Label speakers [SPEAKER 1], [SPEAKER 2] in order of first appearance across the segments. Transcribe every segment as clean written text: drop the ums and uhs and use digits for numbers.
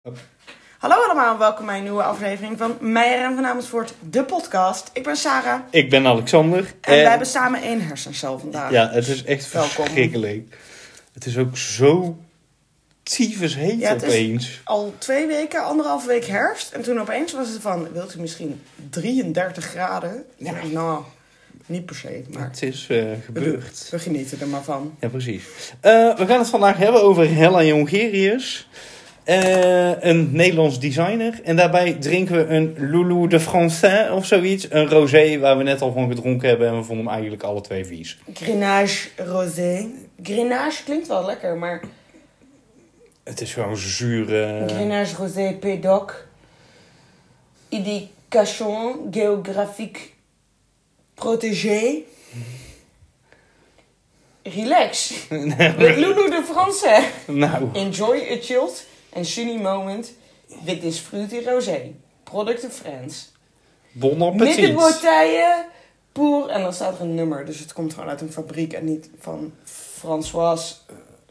[SPEAKER 1] Hallo allemaal, welkom bij een nieuwe aflevering van Meijer en Van Amersfoort, de podcast. Ik ben Sarah.
[SPEAKER 2] Ik ben Alexander.
[SPEAKER 1] En wij hebben samen 1 hersencel vandaag.
[SPEAKER 2] Ja, het is echt verschrikkelijk. Het is ook zo tyfus heet opeens.
[SPEAKER 1] Is al 2 weken, 1,5 week herfst. En toen opeens was het van, wilt u misschien 33 graden? Ja. Nou, niet per se, maar
[SPEAKER 2] het is gebeurd.
[SPEAKER 1] We genieten er maar van.
[SPEAKER 2] Ja, precies. We gaan het vandaag hebben over Hella Jongerius. Een Nederlands designer. En daarbij drinken we een Loulou de Français of zoiets. Een rosé waar we net al van gedronken hebben. En we vonden hem eigenlijk alle 2 vies.
[SPEAKER 1] Grenache rosé. Grenache klinkt wel lekker, maar...
[SPEAKER 2] Het is gewoon zure...
[SPEAKER 1] Grenache rosé Pédoc. Indication géographique protégée. Relax. Met Loulou de Français.
[SPEAKER 2] Nou.
[SPEAKER 1] Enjoy a chilled and sunny moment with this fruity rosé. Product of France.
[SPEAKER 2] Bon appetit.
[SPEAKER 1] Middenbouteille pour... En dan staat er een nummer. Dus het komt gewoon uit een fabriek en niet van François...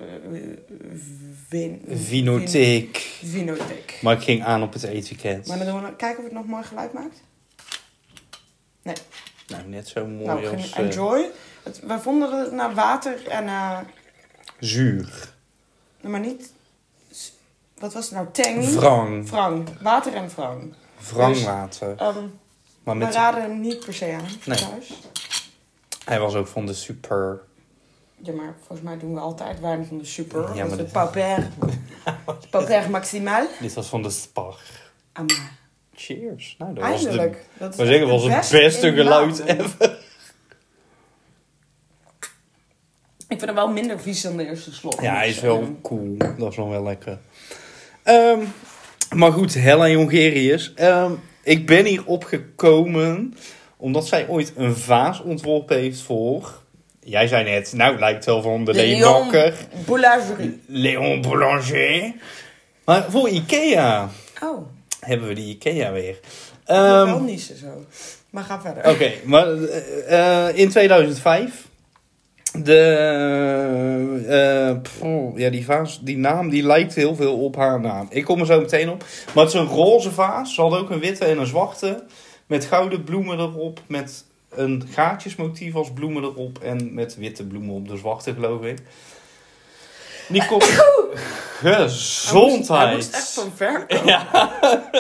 [SPEAKER 2] Vinotheek.
[SPEAKER 1] Vinotheek.
[SPEAKER 2] Maar ik ging aan op het etiket.
[SPEAKER 1] Maar dan doen we kijken of het nog mooi geluid maakt. Nee.
[SPEAKER 2] Nou, net zo mooi als...
[SPEAKER 1] Enjoy. We vonden het naar water en...
[SPEAKER 2] zuur.
[SPEAKER 1] Maar niet... Wat was het nou? Tang?
[SPEAKER 2] Wrang.
[SPEAKER 1] Water en wrang.
[SPEAKER 2] Wrangwater.
[SPEAKER 1] Dus,
[SPEAKER 2] maar
[SPEAKER 1] we raden hem niet per se aan.
[SPEAKER 2] Nee.
[SPEAKER 1] Thuis.
[SPEAKER 2] Hij was ook van de super...
[SPEAKER 1] Ja, maar volgens mij doen we altijd wijn van de super.
[SPEAKER 2] Ja, maar
[SPEAKER 1] de Pauper Maximal.
[SPEAKER 2] Dit was van de Spar.
[SPEAKER 1] Amai.
[SPEAKER 2] Cheers. Nou, dat
[SPEAKER 1] eindelijk.
[SPEAKER 2] Was dat was het beste geluid ever.
[SPEAKER 1] Ik vind hem wel minder vies dan de eerste slok.
[SPEAKER 2] Ja, hij is wel cool. Dat is wel lekker. Maar goed, Hella Jongerius. Ik ben hier opgekomen omdat zij ooit een vaas ontworpen heeft voor... Jij zei net, nou, het lijkt wel van de Leonbakker. Léon Boulanger. Maar voor Ikea.
[SPEAKER 1] Oh.
[SPEAKER 2] Hebben we die Ikea weer.
[SPEAKER 1] Wel niet zo. Maar ga verder.
[SPEAKER 2] Oké, maar in 2005... die vaas, die naam, die lijkt heel veel op haar naam. Ik kom er zo meteen op. Maar het is een roze vaas. Ze had ook een witte en een zwarte. Met gouden bloemen erop. Met een gaatjesmotief als bloemen erop. En met witte bloemen op de zwarte, geloof ik. Die kost... Gezondheid.
[SPEAKER 1] Hij moest echt van ver komen.
[SPEAKER 2] Ja.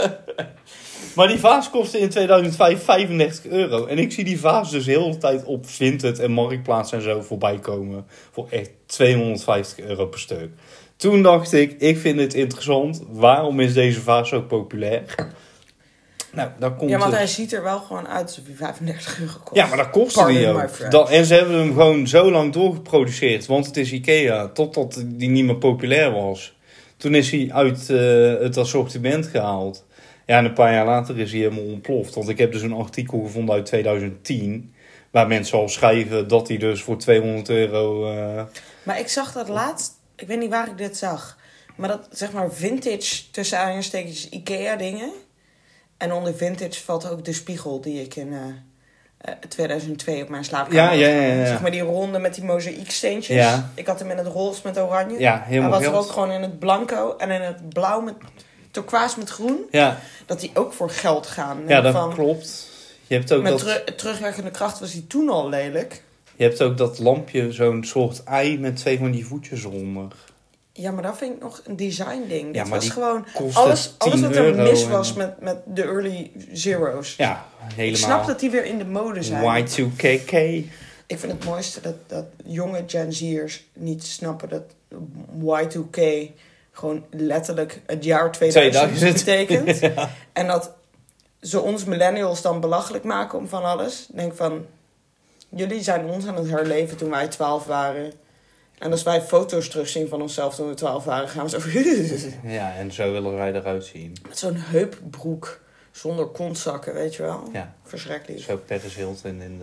[SPEAKER 2] Maar die vaas kostte in 2005 €35. En ik zie die vaas dus de hele tijd op Vinted en Marktplaats en zo voorbij komen. Voor echt €250 per stuk. Toen dacht ik vind het interessant. Waarom is deze vaas zo populair? Nou, dat komt...
[SPEAKER 1] Ja, want hij ziet er wel gewoon uit alsof hij €35 kost.
[SPEAKER 2] Ja, maar dat kostte die ook. En ze hebben hem gewoon zo lang doorgeproduceerd. Want het is Ikea. Totdat die niet meer populair was. Toen is hij uit het assortiment gehaald. Ja, en een paar jaar later is hij helemaal ontploft. Want ik heb dus een artikel gevonden uit 2010... waar mensen al schrijven dat hij dus voor €200...
[SPEAKER 1] Maar ik zag dat laatst... Ik weet niet waar ik dit zag. Maar dat, zeg maar, vintage, tussen aanhalingstekens, Ikea dingen. En onder vintage valt ook de spiegel die ik in 2002 op mijn slaapkamer had.
[SPEAKER 2] Ja.
[SPEAKER 1] Zeg maar die ronde met die mozaïeksteentjes.
[SPEAKER 2] Ja.
[SPEAKER 1] Ik had hem in het roze met oranje.
[SPEAKER 2] Ja, helemaal.
[SPEAKER 1] Hij was er ook gewoon in het blanco en in het blauw met... turquoise met groen, dat die ook voor geld gaan.
[SPEAKER 2] Ja, dat klopt. Je hebt ook
[SPEAKER 1] met terugwerkende kracht was die toen al lelijk.
[SPEAKER 2] Je hebt ook dat lampje, zo'n soort ei met 2 van die voetjes eronder.
[SPEAKER 1] Ja, maar dat vind ik nog een design ding.
[SPEAKER 2] Ja,
[SPEAKER 1] dat
[SPEAKER 2] maar
[SPEAKER 1] was
[SPEAKER 2] die
[SPEAKER 1] gewoon
[SPEAKER 2] alles
[SPEAKER 1] wat er mis was met de early zeros.
[SPEAKER 2] Ja, helemaal.
[SPEAKER 1] Ik snap dat die weer in de mode zijn.
[SPEAKER 2] Y2KK.
[SPEAKER 1] Ik vind het mooiste dat jonge Gen Z'ers niet snappen dat Y2K... gewoon letterlijk het jaar 2000 betekent. Ja. En dat ze ons millennials dan belachelijk maken om van alles. Ik denk van, jullie zijn ons aan het herleven toen wij 12 waren. En als wij foto's terugzien van onszelf toen we 12 waren, gaan we zo...
[SPEAKER 2] Ja, en zo willen wij eruit zien.
[SPEAKER 1] Met zo'n heupbroek zonder kontzakken, weet je wel?
[SPEAKER 2] Ja.
[SPEAKER 1] Verschrikkelijk.
[SPEAKER 2] Zo Paris Hilton in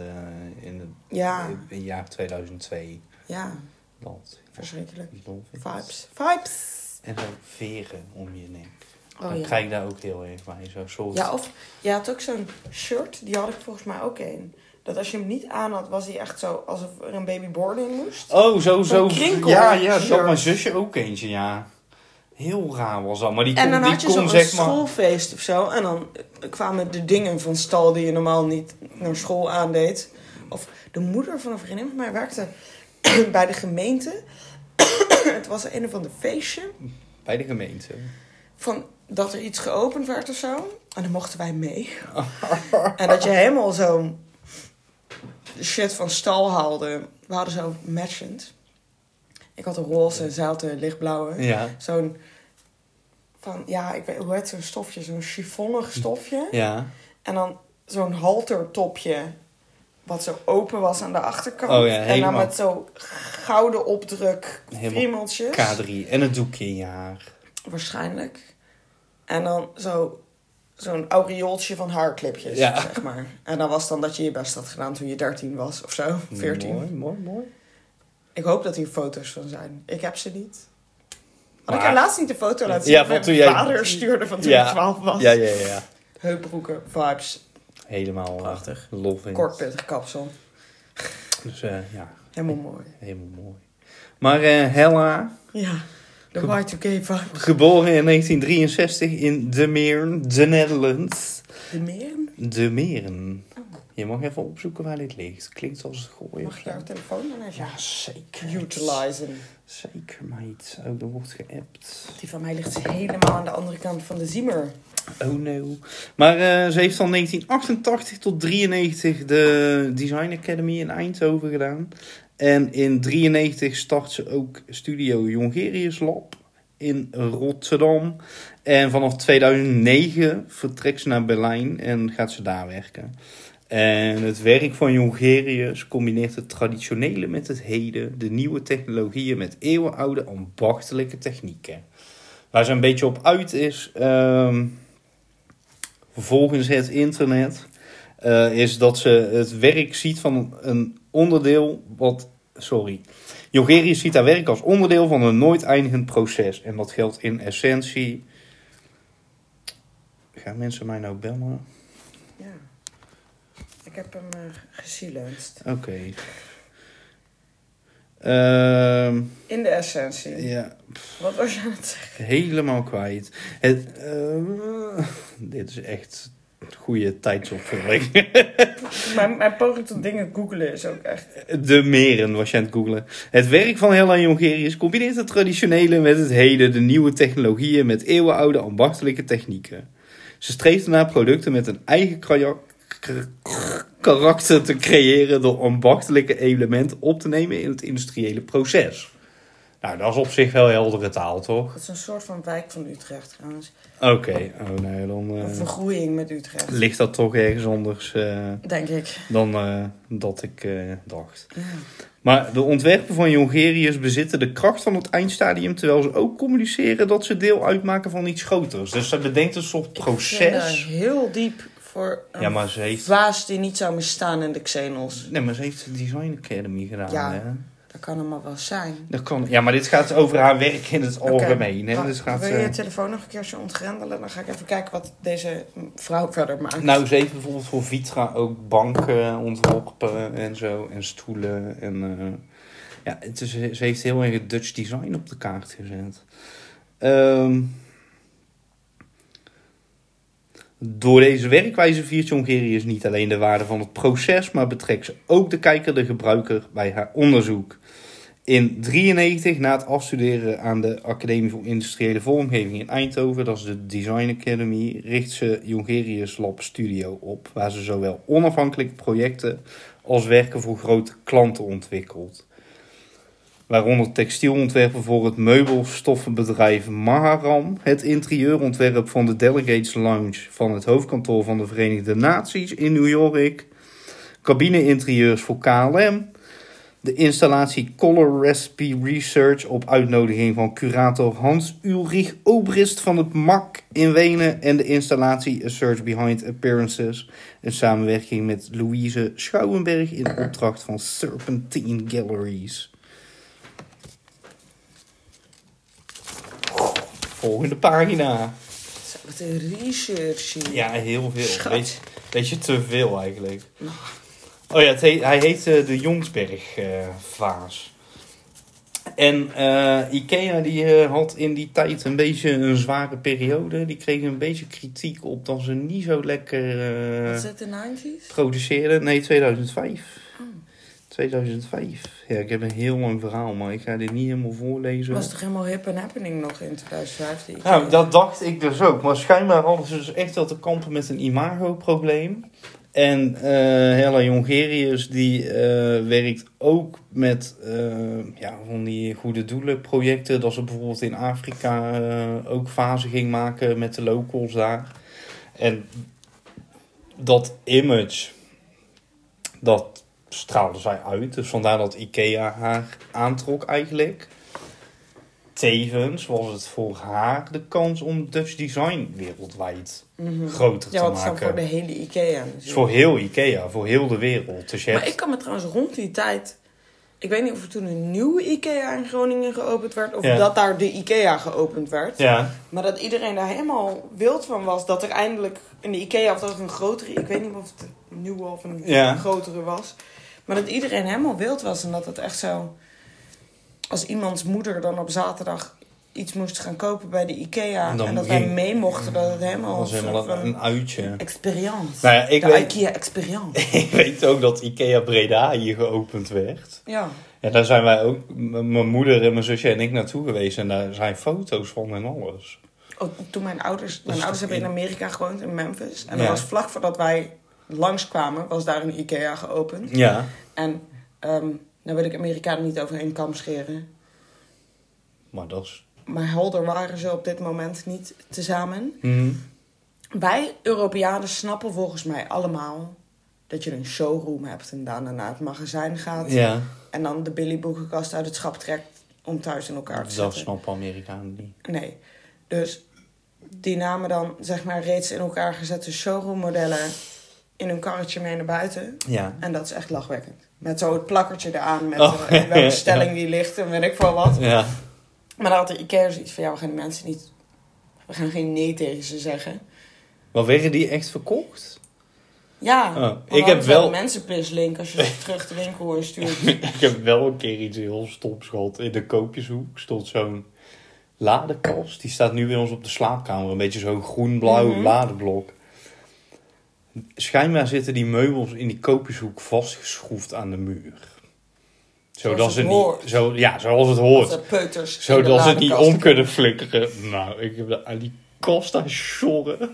[SPEAKER 2] het jaar 2002.
[SPEAKER 1] Ja.
[SPEAKER 2] Dat.
[SPEAKER 1] Verschrikkelijk.
[SPEAKER 2] Vibes. En zo veren om je nek. Dan krijg ik daar ook heel erg bij. Zo'n soort...
[SPEAKER 1] Ja, of je had ook zo'n shirt, die had ik volgens mij ook een. Dat als je hem niet aan had, was hij echt zo alsof er een babyborn in moest.
[SPEAKER 2] Oh, zo.
[SPEAKER 1] Krinkel.
[SPEAKER 2] Ja, dat had mijn zusje ook eentje, ja. Heel raar was dat. Maar die
[SPEAKER 1] en dan
[SPEAKER 2] kon,
[SPEAKER 1] had je
[SPEAKER 2] die
[SPEAKER 1] zo'n
[SPEAKER 2] kon, zeg maar...
[SPEAKER 1] schoolfeest of zo. En dan kwamen de dingen van stal die je normaal niet naar school aandeed. Of de moeder van een vriendin van mij werkte bij de gemeente. Het was een of ander feestje.
[SPEAKER 2] Bij de gemeente.
[SPEAKER 1] Van dat er iets geopend werd of zo. En dan mochten wij mee. En dat je helemaal zo'n shit van stal haalde. We hadden zo matchend. Ik had een roze en zij had een lichtblauwe.
[SPEAKER 2] Ja.
[SPEAKER 1] Zo'n van, ja, ik weet hoe heet zo'n stofje? Zo'n chiffonnig stofje.
[SPEAKER 2] Ja.
[SPEAKER 1] En dan zo'n haltertopje. Wat zo open was aan de achterkant.
[SPEAKER 2] Oh ja,
[SPEAKER 1] en dan met zo'n gouden opdruk. Friemeltjes.
[SPEAKER 2] K3. En een doekje in je haar.
[SPEAKER 1] Waarschijnlijk. En dan zo'n aureooltje van haarclipjes,
[SPEAKER 2] ja.
[SPEAKER 1] zeg maar. En dan was dan dat je je best had gedaan toen je 13 was of zo. 14.
[SPEAKER 2] Mooi.
[SPEAKER 1] Ik hoop dat hier foto's van zijn. Ik heb ze niet. Had ik laatst niet de foto laten zien?
[SPEAKER 2] Ja, van toen jij...
[SPEAKER 1] vader stuurde van toen ik 12 was.
[SPEAKER 2] Ja.
[SPEAKER 1] Heupbroeken, vibes.
[SPEAKER 2] Helemaal
[SPEAKER 1] prachtig.
[SPEAKER 2] Love in.
[SPEAKER 1] Kort pittig kapsel.
[SPEAKER 2] Dus ja.
[SPEAKER 1] Helemaal mooi.
[SPEAKER 2] Helemaal mooi. Maar Hella...
[SPEAKER 1] Ja, de Y2K vibe.
[SPEAKER 2] Geboren in 1963 in De Meren, de Netherlands.
[SPEAKER 1] De Meren?
[SPEAKER 2] De Meren. Oh. Je mag even opzoeken waar dit ligt. Klinkt als het gooien.
[SPEAKER 1] Mag je jouw telefoon dan even?
[SPEAKER 2] Ja, zeker.
[SPEAKER 1] Utilizen.
[SPEAKER 2] Zeker, meid. Oh, er wordt geappt.
[SPEAKER 1] Die van mij ligt helemaal aan de andere kant van de Ziemer.
[SPEAKER 2] Oh no. Maar ze heeft van 1988 tot 93 de Design Academy in Eindhoven gedaan. En in 93 start ze ook Studio Jongerius Lab in Rotterdam. En vanaf 2009 vertrekt ze naar Berlijn en gaat ze daar werken. En het werk van Jongerius combineert het traditionele met het heden, de nieuwe technologieën met eeuwenoude ambachtelijke technieken. Waar ze een beetje op uit is, volgens het internet, is dat ze het werk ziet van een onderdeel Jongerius ziet haar werk als onderdeel van een nooit eindigend proces. En dat geldt in essentie... Gaan mensen mij nou bellen?
[SPEAKER 1] Ja. Ik heb hem gesilenced.
[SPEAKER 2] Oké.
[SPEAKER 1] In de essentie.
[SPEAKER 2] Ja.
[SPEAKER 1] Wat was je aan het zeggen?
[SPEAKER 2] Helemaal kwijt. Dit is echt goede tijdsopvulling.
[SPEAKER 1] Mijn poging tot dingen googlen is ook echt...
[SPEAKER 2] De Meren was je aan het googlen. Het werk van Hella Jongerius combineert het traditionele met het heden, de nieuwe technologieën met eeuwenoude ambachtelijke technieken. Ze streeft naar producten met een eigen karakter te creëren door ambachtelijke elementen op te nemen in het industriële proces. Nou, dat is op zich wel heldere taal, toch?
[SPEAKER 1] Dat is een soort van wijk van Utrecht, trouwens.
[SPEAKER 2] Oké. Oh nee, dan...
[SPEAKER 1] een vergroeiing met Utrecht.
[SPEAKER 2] Ligt dat toch ergens anders...
[SPEAKER 1] denk ik.
[SPEAKER 2] Dan dat ik dacht.
[SPEAKER 1] Ja.
[SPEAKER 2] Maar de ontwerpen van Jongerius bezitten de kracht van het eindstadium, terwijl ze ook communiceren dat ze deel uitmaken van iets groters. Dus ze bedenkt een soort proces.
[SPEAKER 1] Ik vind heel diep voor een vaas die niet zou misstaan in de Xenos.
[SPEAKER 2] Nee, maar ze heeft de Design Academy gedaan.
[SPEAKER 1] Ja,
[SPEAKER 2] hè?
[SPEAKER 1] dat kan allemaal wel zijn.
[SPEAKER 2] Dat kan, ja, maar dit gaat over haar werk in het algemeen. Hè? Dus
[SPEAKER 1] wil je je telefoon nog een keertje ontgrendelen? Dan ga ik even kijken wat deze vrouw verder maakt.
[SPEAKER 2] Nou, ze heeft bijvoorbeeld voor Vitra ook banken ontworpen en zo. En stoelen. En, ze heeft heel erg het Dutch design op de kaart gezet. Door deze werkwijze viert Jongerius niet alleen de waarde van het proces, maar betrekt ze ook de kijker, de gebruiker, bij haar onderzoek. In 1993, na het afstuderen aan de Academie voor Industriële Vormgeving in Eindhoven, dat is de Design Academy, richt ze Jongerius Lab Studio op, waar ze zowel onafhankelijke projecten als werken voor grote klanten ontwikkelt. Waaronder textielontwerpen voor het meubelstoffenbedrijf Maharam, het interieurontwerp van de Delegates Lounge van het hoofdkantoor van de Verenigde Naties in New York, cabine-interieurs voor KLM, de installatie Color Recipe Research op uitnodiging van curator Hans-Ulrich Obrist van het MAK in Wenen en de installatie A Search Behind Appearances, een samenwerking met Louise Schouwenberg in opdracht van Serpentine Galleries. Volgende pagina.
[SPEAKER 1] Wat een research.
[SPEAKER 2] Ja, heel veel.
[SPEAKER 1] Schat.
[SPEAKER 2] Beetje te veel eigenlijk. Oh ja, hij heet de Jonsberg vaas. En Ikea die had in die tijd een beetje een zware periode. Die kregen een beetje kritiek op dat ze niet zo lekker
[SPEAKER 1] Was het de 90's?
[SPEAKER 2] produceerden. Nee, 2005. 2005. Ja, ik heb een heel lang verhaal, maar ik ga dit niet helemaal voorlezen.
[SPEAKER 1] Was toch helemaal hip en happening nog in 2015?
[SPEAKER 2] Nou, dat dacht ik dus ook. Maar schijnbaar hadden ze dus echt wel te kampen met een imago-probleem. En Hella Jongerius die werkt ook met van die goede doelenprojecten. Dat ze bijvoorbeeld in Afrika ook fase ging maken met de locals daar. En dat image, dat straalde zij uit. Dus vandaar dat Ikea haar aantrok eigenlijk. Tevens was het voor haar de kans om Dutch design wereldwijd groter te maken. Ja,
[SPEAKER 1] wat is dan voor de hele Ikea natuurlijk.
[SPEAKER 2] Dus voor heel Ikea, voor heel de wereld. Dus
[SPEAKER 1] maar ik kan me trouwens rond die tijd... Ik weet niet of er toen een nieuwe Ikea in Groningen geopend werd... of dat daar de Ikea geopend werd.
[SPEAKER 2] Ja.
[SPEAKER 1] Maar dat iedereen daar helemaal wild van was... dat er eindelijk in de Ikea of dat er een grotere... Ik weet niet of het een nieuwe of een grotere was... Maar dat iedereen helemaal wild was en dat het echt zo... Als iemands moeder dan op zaterdag iets moest gaan kopen bij de Ikea... en dat wij mee mochten, dat het helemaal...
[SPEAKER 2] Dat was helemaal een uitje.
[SPEAKER 1] Experience.
[SPEAKER 2] Nou ja,
[SPEAKER 1] Ikea-experience.
[SPEAKER 2] Ik weet ook dat Ikea Breda hier geopend werd.
[SPEAKER 1] Ja.
[SPEAKER 2] Ja, daar zijn wij ook, mijn moeder en mijn zusje en ik naartoe geweest. En daar zijn foto's van en alles.
[SPEAKER 1] Oh, toen mijn ouders hebben in Amerika gewoond, in Memphis. En dat was vlak voordat wij langskwamen, was daar een Ikea geopend.
[SPEAKER 2] Ja.
[SPEAKER 1] En nou wil ik Amerikanen niet over één kam scheren.
[SPEAKER 2] Maar dat is...
[SPEAKER 1] Maar helder waren ze op dit moment niet tezamen.
[SPEAKER 2] Mm-hmm.
[SPEAKER 1] Wij Europeanen snappen volgens mij allemaal dat je een showroom hebt en daarna naar het magazijn gaat.
[SPEAKER 2] Ja.
[SPEAKER 1] En dan de Billy boekenkast uit het schap trekt om thuis in elkaar te zetten.
[SPEAKER 2] Dat snappen Amerikanen niet.
[SPEAKER 1] Nee. Dus die namen dan zeg maar reeds in elkaar gezette showroommodellen in hun karretje mee naar buiten.
[SPEAKER 2] Ja.
[SPEAKER 1] En dat is echt lachwekkend. Met zo het plakkertje eraan met welke stelling die ligt en weet ik wel wat.
[SPEAKER 2] Ja.
[SPEAKER 1] Maar dan had de Ikea zoiets van, we gaan die mensen niet... We gaan geen nee tegen ze zeggen.
[SPEAKER 2] Maar werden die echt verkocht?
[SPEAKER 1] Ja.
[SPEAKER 2] Ik heb wel
[SPEAKER 1] een mensenpislink als je ze terug de winkel instuurt.
[SPEAKER 2] Ik heb wel een keer iets heel stoms gehad. In de koopjeshoek stond zo'n ladekast. Die staat nu bij ons op de slaapkamer. Een beetje zo'n groen-blauw ladeblok. Schijnbaar zitten die meubels in die koopjeshoek vastgeschroefd aan de muur. Zodat ze niet, zoals het hoort.
[SPEAKER 1] De peuters
[SPEAKER 2] zodat ze niet om kunnen flikkeren. Nou, ik heb aan die kast aan sjorren.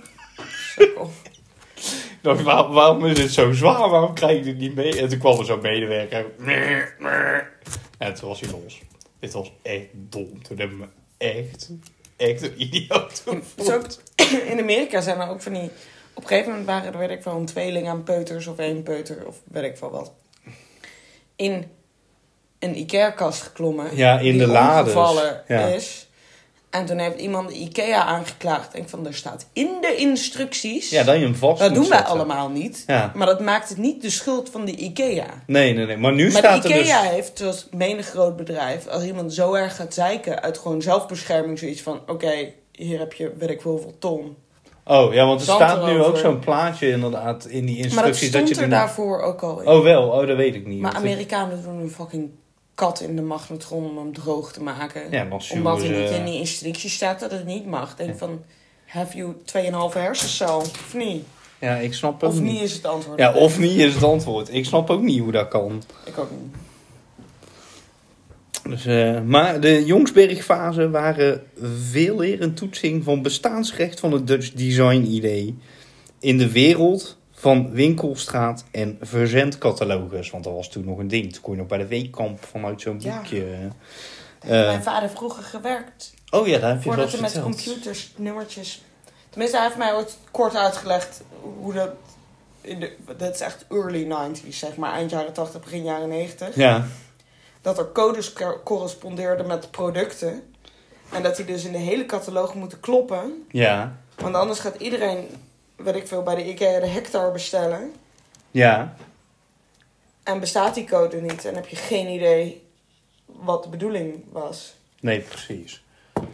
[SPEAKER 2] Waarom is het zo zwaar? Waarom krijg ik het niet mee? En toen kwam er zo'n medewerker. En toen was hij los. Dit was echt dom. Toen hebben we echt een idioot gevoeld.
[SPEAKER 1] In Amerika zijn er ook van die... Op een gegeven moment waren er, weet ik wel, een tweeling aan peuters of één peuter of weet ik veel wat. In een Ikea-kast geklommen.
[SPEAKER 2] Ja, in de lades.
[SPEAKER 1] Gevallen is. En toen heeft iemand de Ikea aangeklaagd. En van, er staat in de instructies...
[SPEAKER 2] Ja, dat je hem vast
[SPEAKER 1] dat doen wij
[SPEAKER 2] zetten.
[SPEAKER 1] allemaal niet.
[SPEAKER 2] Ja.
[SPEAKER 1] Maar dat maakt het niet de schuld van de Ikea.
[SPEAKER 2] Nee. Maar nu staat
[SPEAKER 1] de
[SPEAKER 2] er
[SPEAKER 1] Ikea
[SPEAKER 2] dus...
[SPEAKER 1] heeft, zoals menig groot bedrijf... Als iemand zo erg gaat zeiken uit gewoon zelfbescherming... Zoiets van, oké, hier heb je, weet ik veel ton...
[SPEAKER 2] Oh, ja, want er staat nu ook zo'n plaatje inderdaad in die instructies.
[SPEAKER 1] Maar dat stond
[SPEAKER 2] dat je
[SPEAKER 1] er daarvoor ook al in.
[SPEAKER 2] Oh, wel? Oh, dat weet ik niet.
[SPEAKER 1] Maar Amerikanen doen een fucking kat in de magnetron om hem droog te maken.
[SPEAKER 2] Ja,
[SPEAKER 1] omdat er niet in die instructies staat dat het niet mag. Denk van, have you 2,5 hersencel? Of niet?
[SPEAKER 2] Ja, ik snap ook
[SPEAKER 1] of
[SPEAKER 2] niet.
[SPEAKER 1] niet is het antwoord.
[SPEAKER 2] Ja, of niet is het antwoord. Ik snap ook niet hoe dat kan.
[SPEAKER 1] Ik ook niet.
[SPEAKER 2] Dus, maar de Jonsbergfase waren veel eer een toetsing van bestaansrecht van het Dutch design idee in de wereld van winkelstraat en verzendcatalogus. Want dat was toen nog een ding. Toen kon je nog bij de Weekkamp vanuit zo'n boekje.
[SPEAKER 1] Mijn vader heeft vroeger gewerkt.
[SPEAKER 2] Oh ja, daar heb je
[SPEAKER 1] voordat
[SPEAKER 2] wel
[SPEAKER 1] hij met computers nummertjes... Tenminste, hij heeft mij ooit kort uitgelegd hoe dat... Dat is echt early 90s, zeg maar. Eind jaren 80, begin jaren 90.
[SPEAKER 2] Ja.
[SPEAKER 1] Dat er codes correspondeerden met producten. En dat die dus in de hele catalogus moeten kloppen.
[SPEAKER 2] Ja.
[SPEAKER 1] Want anders gaat iedereen, weet ik veel, bij de Ikea de hectare bestellen.
[SPEAKER 2] Ja.
[SPEAKER 1] En bestaat die code niet. En heb je geen idee wat de bedoeling was.
[SPEAKER 2] Nee, precies.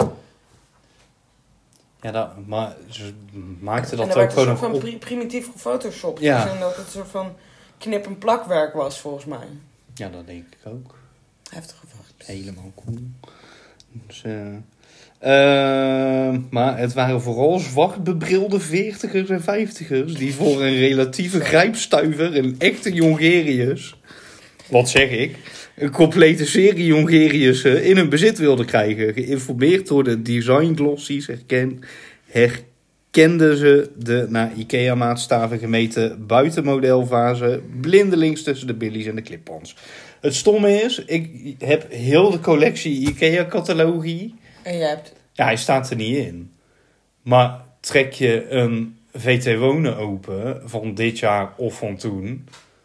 [SPEAKER 2] Ja, maar ze maakten dat ook gewoon...
[SPEAKER 1] En er werd een soort van primitief gefotoshopt.
[SPEAKER 2] Ja.
[SPEAKER 1] Dus en dat het een soort van knip- en plakwerk was, volgens mij.
[SPEAKER 2] Ja, dat denk ik ook.
[SPEAKER 1] Heftige vacht.
[SPEAKER 2] Helemaal cool. Dus, maar het waren vooral zwart bebrilde 40ers en 50ers... die voor een relatieve grijpstuiver een echte Jongerius... wat zeg ik... een complete serie Jongeriussen in hun bezit wilden krijgen. Geïnformeerd door de design glossies herkenden ze de naar IKEA-maatstaven gemeten buitenmodelfase blindelings tussen de billies en de clip-ons. Het stomme is, ik heb heel de collectie IKEA-catalogie.
[SPEAKER 1] En jij hebt...
[SPEAKER 2] Ja, hij staat er niet in. Maar trek je een VT Wonen open van dit jaar of van toen,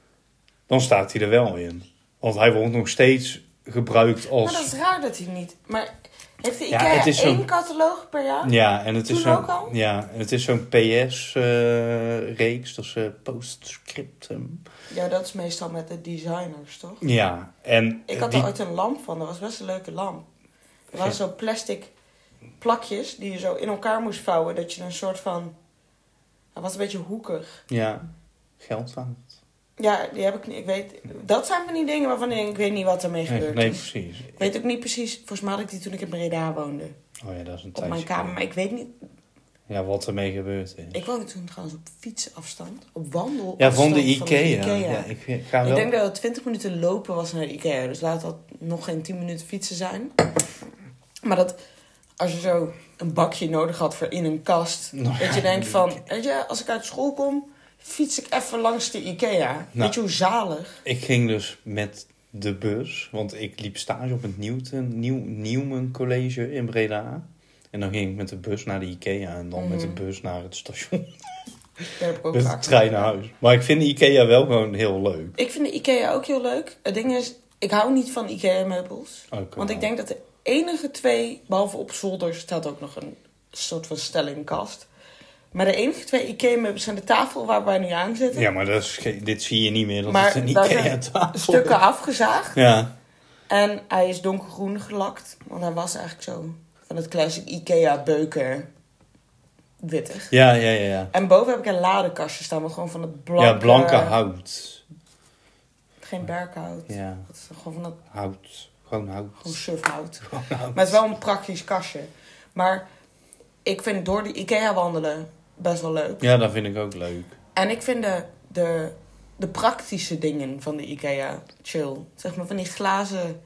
[SPEAKER 2] dan staat hij er wel in. Want hij wordt nog steeds gebruikt als...
[SPEAKER 1] Maar dat is raar dat hij niet... Maar heeft de IKEA één catalogus per jaar?
[SPEAKER 2] Ja, en het is
[SPEAKER 1] ook al?
[SPEAKER 2] Ja, en het is zo'n PS-reeks. Dat is Postscriptum.
[SPEAKER 1] Ja, dat is meestal met de designers, toch?
[SPEAKER 2] Ja, en...
[SPEAKER 1] Ik had er ooit een lamp van. Dat was best een leuke lamp. Er waren zo plastic plakjes die je zo in elkaar moest vouwen. Dat je een soort van... Dat was een beetje hoekig.
[SPEAKER 2] Ja, geld waard.
[SPEAKER 1] Ja, die heb ik niet. Ik weet... Dat zijn van die dingen waarvan ik weet niet wat ermee gebeurd
[SPEAKER 2] Nee,
[SPEAKER 1] is.
[SPEAKER 2] precies.
[SPEAKER 1] Ik weet ook niet precies... Volgens mij had ik die toen ik in Breda woonde.
[SPEAKER 2] Oh ja, dat is een
[SPEAKER 1] Op mijn kamer, maar ik weet niet...
[SPEAKER 2] Ja, wat ermee gebeurd is.
[SPEAKER 1] Ik woonde toen trouwens op fietsafstand. Op wandelafstand.
[SPEAKER 2] Ja, van de
[SPEAKER 1] IKEA.
[SPEAKER 2] IKEA. Ja, ik ga wel...
[SPEAKER 1] Ik denk dat het 20 minuten lopen was naar de IKEA. Dus laat dat nog geen 10 minuten fietsen zijn. Maar dat als je zo een bakje nodig had voor in een kast.
[SPEAKER 2] Nou,
[SPEAKER 1] dat je denkt van, weet je, als ik uit school kom, fiets ik even langs de IKEA.
[SPEAKER 2] Nou,
[SPEAKER 1] weet je hoe zalig?
[SPEAKER 2] Ik ging dus met de bus, want ik liep stage op het Newman College in Breda. En dan ging ik met de bus naar de IKEA en dan met de bus naar het station.
[SPEAKER 1] Daar heb ik ook
[SPEAKER 2] Met de trein naar huis. Maar ik vind de IKEA wel gewoon heel leuk.
[SPEAKER 1] Ik vind de IKEA ook heel leuk. Het ding is, ik hou niet van IKEA-meubels.
[SPEAKER 2] Okay.
[SPEAKER 1] Want ik denk dat de enige twee, behalve op zolder staat ook nog een soort van stellingkast. Maar de enige twee IKEA-meubels zijn de tafel waar wij nu aan zitten.
[SPEAKER 2] Ja, maar dit zie je niet meer. Dat
[SPEAKER 1] maar
[SPEAKER 2] is een IKEA-tafel.
[SPEAKER 1] Stukken afgezaagd.
[SPEAKER 2] Ja.
[SPEAKER 1] En hij is donkergroen gelakt. Want hij was eigenlijk zo van het classic IKEA-beuken wittig.
[SPEAKER 2] Ja.
[SPEAKER 1] En boven heb ik een ladekastje staan. Maar gewoon van het blanke...
[SPEAKER 2] Ja, blanke hout.
[SPEAKER 1] Geen berkhout.
[SPEAKER 2] Ja.
[SPEAKER 1] Dat is gewoon van dat...
[SPEAKER 2] Hout. Gewoon hout.
[SPEAKER 1] Gewoon sufhout. Maar het is wel een praktisch kastje. Maar ik vind door de IKEA wandelen best wel leuk.
[SPEAKER 2] Ja, dat vind ik ook leuk.
[SPEAKER 1] En ik vind de praktische dingen van de IKEA chill. Zeg maar van die glazen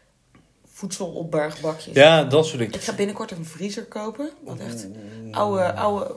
[SPEAKER 1] voedselopbergbakjes.
[SPEAKER 2] Ja, dat soort dingen.
[SPEAKER 1] Ik ga binnenkort een vriezer kopen. Wat echt oude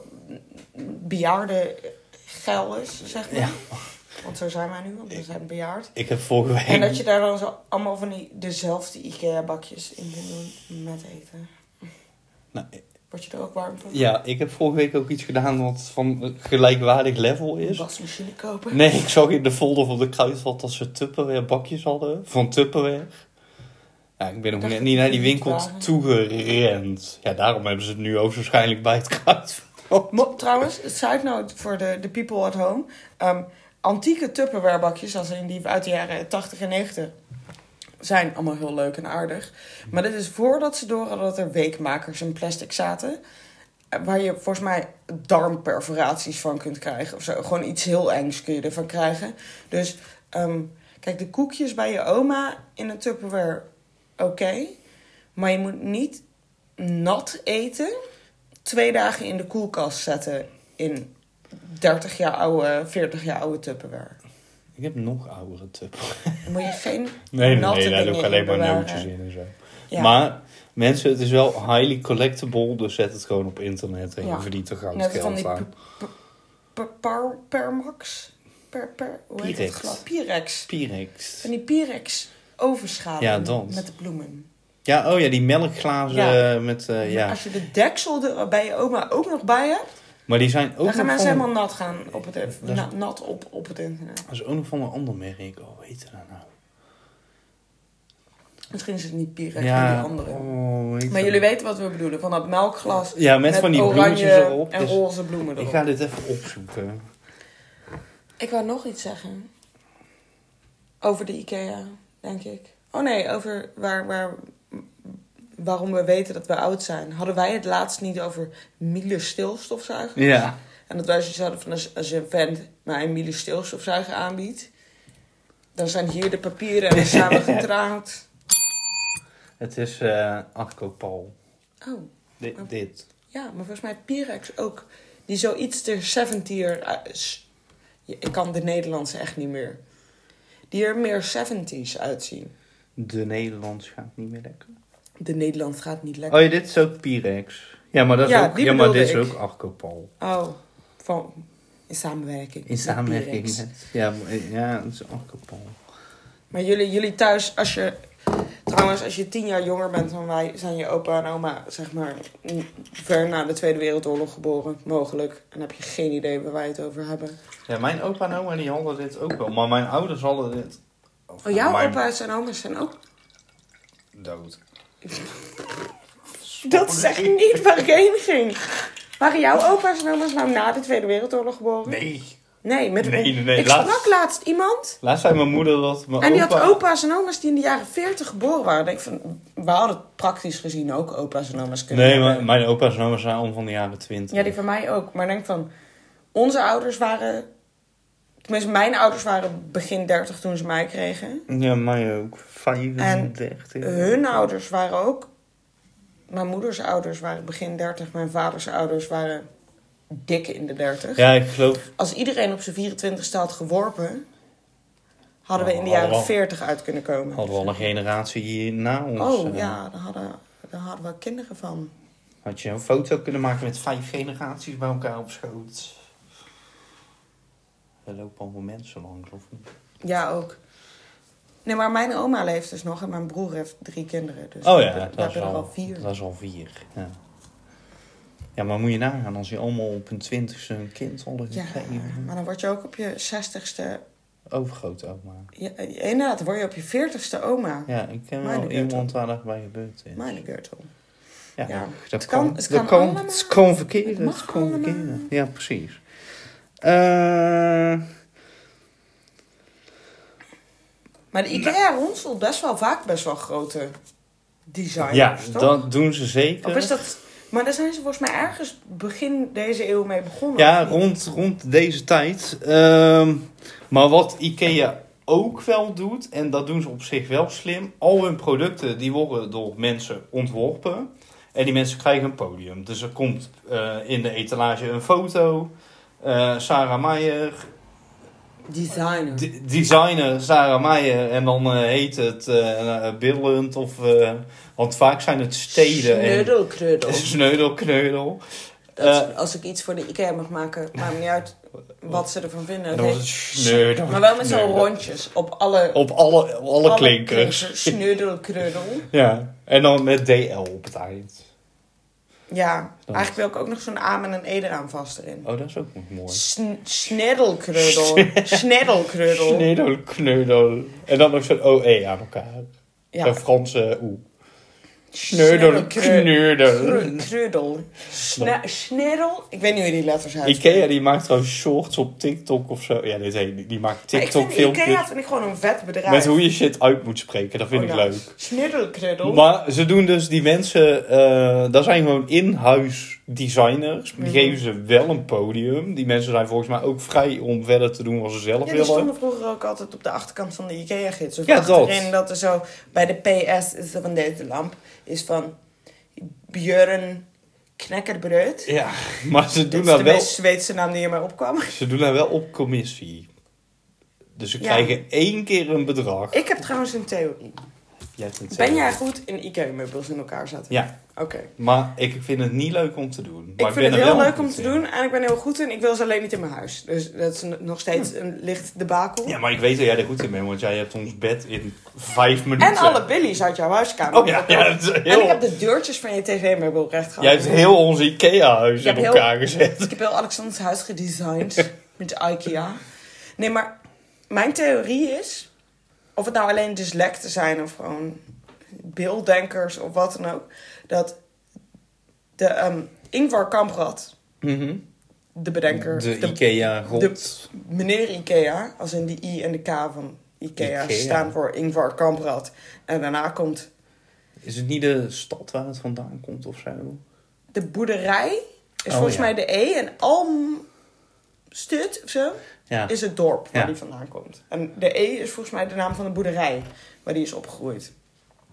[SPEAKER 1] bejaarde geil is, zeg maar. Ja. Want zo zijn wij nu, want we zijn bejaard.
[SPEAKER 2] Ik heb vorige week...
[SPEAKER 1] En dat je daar dan zo allemaal van dezelfde IKEA-bakjes in kunt doen met eten.
[SPEAKER 2] Nou,
[SPEAKER 1] word je er ook warm van?
[SPEAKER 2] Ja, ik heb vorige week ook iets gedaan wat van gelijkwaardig level is.
[SPEAKER 1] Een wasmachine kopen?
[SPEAKER 2] Nee, ik zag in de folder van de Kruidvat dat ze Tupperware bakjes hadden. Van Tupperware. Ja, ik ben nog niet naar die winkel toegerend. Ja, daarom hebben ze het nu ook waarschijnlijk bij het Kruidvat.
[SPEAKER 1] Trouwens, side note voor de people at home. Antieke Tupperware bakjes, als in die uit de jaren 80 en 90... zijn allemaal heel leuk en aardig. Maar dit is voordat ze door hadden dat er weekmakers in plastic zaten. Waar je volgens mij darmperforaties van kunt krijgen. Of zo. Gewoon iets heel engs kun je ervan krijgen. Dus kijk, de koekjes bij je oma in een Tupperware, oké. Maar je moet niet nat eten 2 dagen in de koelkast zetten in 30 jaar oude, 40 jaar oude Tupperware.
[SPEAKER 2] Ik heb nog oudere Tupperware.
[SPEAKER 1] Dan moet je geen
[SPEAKER 2] Nee, daar doe ik alleen maar nootjes in en zo. Ja. Maar mensen, het is wel highly collectible, dus zet het gewoon op internet en je verdient er goud geld aan. Net van
[SPEAKER 1] die Permax? Hoe heet het? Pyrex. Van die Pyrex overschalen met de bloemen.
[SPEAKER 2] Ja, die melkglazen met...
[SPEAKER 1] Als je de deksel er bij je oma ook nog bij hebt...
[SPEAKER 2] Maar die zijn ook
[SPEAKER 1] dan gaan mensen helemaal nat gaan op het internet.
[SPEAKER 2] Dat is ook nog van een ander merk. Hoe heet dat nou?
[SPEAKER 1] Misschien is het niet Pyrex, maar die andere. Maar jullie weten wat we bedoelen. Van dat melkglas
[SPEAKER 2] met van die bloemetjes erop.
[SPEAKER 1] En roze bloemen erop.
[SPEAKER 2] Ik ga dit even opzoeken.
[SPEAKER 1] Ik wou nog iets zeggen. Over de IKEA, denk ik. Oh nee, over waarom we weten dat we oud zijn. Hadden wij het laatst niet over Miele stilstofzuiger?
[SPEAKER 2] Ja.
[SPEAKER 1] En dat wij zoiets hadden van als je een vent mij een Miele stilstofzuiger aanbiedt, dan zijn hier de papieren en we samen getrouwd.
[SPEAKER 2] Het is Arcopol.
[SPEAKER 1] Oh.
[SPEAKER 2] Dit.
[SPEAKER 1] Ja, maar volgens mij Pyrex ook. Die zoiets de 70er... ik kan de Nederlandse echt niet meer. Die er meer 70s uitzien.
[SPEAKER 2] De Nederlands gaat niet meer lekker.
[SPEAKER 1] De Nederlands gaat niet lekker.
[SPEAKER 2] Oh ja, dit is ook Pyrex. Ja, maar, dat is ook, ja, maar dit is ook Arcopol.
[SPEAKER 1] Oh, in samenwerking.
[SPEAKER 2] In samenwerking met... Ja, het is Arcopol.
[SPEAKER 1] Maar jullie thuis, als je 10 jaar jonger bent dan wij, zijn je opa en oma, zeg maar, ver na de Tweede Wereldoorlog geboren, mogelijk. En heb je geen idee waar wij het over hebben.
[SPEAKER 2] Ja, mijn opa en oma die hadden dit ook wel. Maar mijn ouders hadden dit...
[SPEAKER 1] Jouw opa's en oma's zijn ook...
[SPEAKER 2] dood.
[SPEAKER 1] Dat zeg ik niet waar ik heen ging. Waren jouw opa's en oma's nou na de Tweede Wereldoorlog geboren? Nee. Ik sprak laatst iemand.
[SPEAKER 2] Laatst zei mijn moeder dat...
[SPEAKER 1] En die had opa's en oma's die in de jaren 40 geboren waren. Ik denk van, we hadden praktisch gezien ook opa's en oma's kunnen hebben.
[SPEAKER 2] Nee, mijn opa's en oma's zijn allemaal van de jaren 20.
[SPEAKER 1] Ja, die van mij ook. Maar ik denk van, onze ouders waren... Tenminste, mijn ouders waren begin 30 toen ze mij kregen.
[SPEAKER 2] Ja, mij ook. 35.
[SPEAKER 1] En hun ouders waren ook... Mijn moeders ouders waren begin 30. Mijn vaders ouders waren dik in de 30.
[SPEAKER 2] Ja, ik geloof...
[SPEAKER 1] Als iedereen op zijn 24ste had geworpen... hadden we in de jaren 40 uit kunnen komen.
[SPEAKER 2] Hadden we al een generatie hier na ons.
[SPEAKER 1] Oh ja, daar hadden we kinderen van.
[SPEAKER 2] Had je een foto kunnen maken met 5 generaties bij elkaar op schoot. Er lopen allemaal mensen langs, of niet?
[SPEAKER 1] Ja, ook. Nee, maar mijn oma leeft dus nog en mijn broer heeft 3 kinderen. Dus
[SPEAKER 2] oh ja,
[SPEAKER 1] we hebben er al 4.
[SPEAKER 2] Dat is al 4, ja. Ja, maar moet je nagaan als je allemaal op hun 20ste een kind hadden gekregen.
[SPEAKER 1] Ja, maar dan word je ook op je 60ste...
[SPEAKER 2] overgrootoma.
[SPEAKER 1] Ja, inderdaad, dan word je op je 40ste oma.
[SPEAKER 2] Ja, ik ken wel iemand waar dat bij gebeurd is.
[SPEAKER 1] Mijn Gertel.
[SPEAKER 2] Ja,
[SPEAKER 1] het
[SPEAKER 2] kan verkeerd. Het kan verkeerd. Ja, precies.
[SPEAKER 1] Maar de IKEA ronselt best wel vaak best wel grote designers,
[SPEAKER 2] ja,
[SPEAKER 1] toch?
[SPEAKER 2] Dat doen ze zeker.
[SPEAKER 1] Of is dat... Maar daar zijn ze volgens mij ergens begin deze eeuw mee begonnen.
[SPEAKER 2] Ja, rond deze tijd. Maar wat IKEA ook wel doet, en dat doen ze op zich wel slim. Al hun producten die worden door mensen ontworpen. En die mensen krijgen een podium. Dus er komt in de etalage een foto. Sarah Meijer. Designer Sarah Meijer. En dan heet het Billund of... want vaak zijn het steden. Sneudelkneudel.
[SPEAKER 1] Als ik iets voor de IKEA mag maken, maakt me niet uit wat ze ervan vinden.
[SPEAKER 2] Dat was
[SPEAKER 1] maar wel met zo'n rondjes op
[SPEAKER 2] alle klinkers.
[SPEAKER 1] Sneudelkneudel.
[SPEAKER 2] Ja, en dan met DL op het eind.
[SPEAKER 1] Ja, eigenlijk wil ik ook nog zo'n A met een E eraan vast erin.
[SPEAKER 2] Oh, dat is ook mooi.
[SPEAKER 1] Sneddelkneudel.
[SPEAKER 2] Sneddelkneudel. En dan nog zo'n OE aan elkaar.
[SPEAKER 1] Ja.
[SPEAKER 2] Een Franse oe. Sneddelkneudel.
[SPEAKER 1] Snedel. Ik weet niet hoe die letters uit.
[SPEAKER 2] IKEA die maakt trouwens shorts op TikTok of zo. Ja, die maakt TikTok filmpjes.
[SPEAKER 1] IKEA vind ik gewoon een vet bedrijf.
[SPEAKER 2] Met hoe je shit uit moet spreken. Dat vind ik leuk.
[SPEAKER 1] Sneddelkneudel.
[SPEAKER 2] Maar ze doen dus die mensen... dat zijn gewoon in-huis designers. Die geven ze wel een podium. Die mensen zijn volgens mij ook vrij om verder te doen wat ze zelf willen.
[SPEAKER 1] Die stonden vroeger ook altijd op de achterkant van de IKEA-gids. Of
[SPEAKER 2] ja,
[SPEAKER 1] achterin dat er zo... Bij de PS is er van deze lamp... is van Björn Knekkerbreud.
[SPEAKER 2] Ja, maar ze doen
[SPEAKER 1] dat
[SPEAKER 2] dat
[SPEAKER 1] is de meest Zweedse naam die er maar opkwam.
[SPEAKER 2] Ze doen dat wel op commissie. Dus ze krijgen 1 keer een bedrag.
[SPEAKER 1] Ik heb trouwens een theorie. Ben jij goed in IKEA-meubels in elkaar zetten?
[SPEAKER 2] Ja.
[SPEAKER 1] Oké.
[SPEAKER 2] Maar ik vind het niet leuk om te doen.
[SPEAKER 1] Maar ik vind het heel leuk om te doen en ik ben heel goed in. Ik wil ze alleen niet in mijn huis. Dus dat is nog steeds een licht debakel.
[SPEAKER 2] Ja, maar ik weet dat jij er goed in bent, want jij hebt ons bed in 5 minuten.
[SPEAKER 1] En alle billies uit jouw huiskamer.
[SPEAKER 2] Oh ja, dat is heel...
[SPEAKER 1] En ik heb de deurtjes van je tv-meubel recht gehad.
[SPEAKER 2] Jij hebt heel ons IKEA-huis in elkaar gezet.
[SPEAKER 1] Ik heb heel Alexanders huis gedesigned met IKEA. Nee, maar mijn theorie is... Of het nou alleen dyslecten zijn of gewoon beelddenkers of wat dan ook. Dat de Ingvar Kamprad, de bedenker...
[SPEAKER 2] De IKEA-god.
[SPEAKER 1] Meneer IKEA, als in de I en de K van IKEA staan voor Ingvar Kamprad. En daarna komt...
[SPEAKER 2] Is het niet de stad waar het vandaan komt of zo?
[SPEAKER 1] De boerderij is volgens mij de E en Almstut of zo. Ja. Is het dorp waar die vandaan komt. En de E is volgens mij de naam van de boerderij waar die is opgegroeid.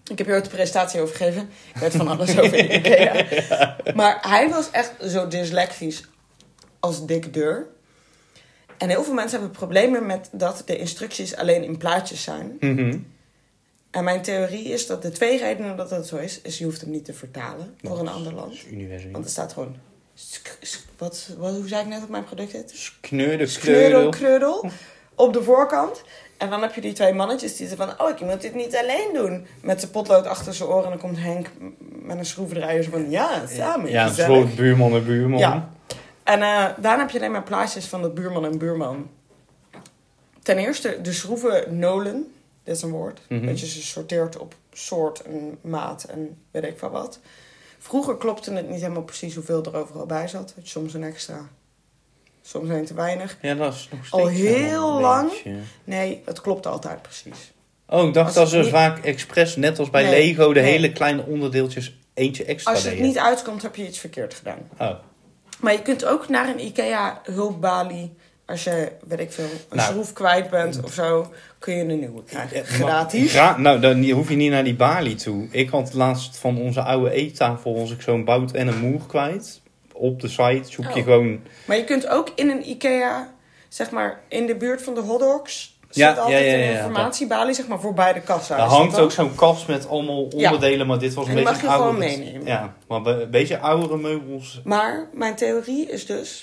[SPEAKER 1] Ik heb hier ook de presentatie over gegeven. Ik weet van alles over Ikea. Ja. Maar hij was echt zo dyslectisch als dik deur. En heel veel mensen hebben problemen met dat de instructies alleen in plaatjes zijn.
[SPEAKER 2] Mm-hmm.
[SPEAKER 1] En mijn theorie is dat de 2 redenen dat dat zo is je hoeft hem niet te vertalen voor een ander land. Want er staat gewoon... hoe zei ik net op mijn product heet?
[SPEAKER 2] Kneurdel.
[SPEAKER 1] Op de voorkant. En dan heb je die 2 mannetjes die zeggen van... ik moet dit niet alleen doen. Met zijn potlood achter zijn oren. En dan komt Henk met een schroevendraaier van... Ja, samen.
[SPEAKER 2] Ja, een soort buurman en buurman.
[SPEAKER 1] Ja. En daarna heb je alleen maar plaatjes van dat buurman en buurman. Ten eerste, de schroevennolen. Dit is een woord.
[SPEAKER 2] Mm-hmm.
[SPEAKER 1] Dat je ze sorteert op soort en maat en weet ik van wat. Vroeger klopte het niet helemaal precies hoeveel er overal bij zat. Had je soms een extra... Soms een te weinig.
[SPEAKER 2] Ja, dat is nog steeds
[SPEAKER 1] al heel lang.
[SPEAKER 2] Beetje.
[SPEAKER 1] Nee, het klopte altijd precies.
[SPEAKER 2] Oh, ik dacht dat ze niet... vaak expres, net als bij Lego, de hele kleine onderdeeltjes eentje extra
[SPEAKER 1] deden. Als het niet uitkomt, heb je iets verkeerd gedaan.
[SPEAKER 2] Oh.
[SPEAKER 1] Maar je kunt ook naar een IKEA hulpbalie... Als je, weet ik veel, een schroef kwijt bent of zo... kun je een nieuwe krijgen. Gratis.
[SPEAKER 2] Dan hoef je niet naar die balie toe. Ik had laatst van onze oude eettafel... was ik zo'n bout en een moer kwijt... Op de site zoek je gewoon...
[SPEAKER 1] Maar je kunt ook in een IKEA, zeg maar, in de buurt van de hotdogs... zit altijd een informatiebalie, zeg maar, voorbij de kassa.
[SPEAKER 2] Daar hangt ook zo'n kast met allemaal onderdelen, maar dit was een beetje...
[SPEAKER 1] En die mag je gewoon meenemen.
[SPEAKER 2] Ja, maar een beetje oudere meubels.
[SPEAKER 1] Maar mijn theorie is dus...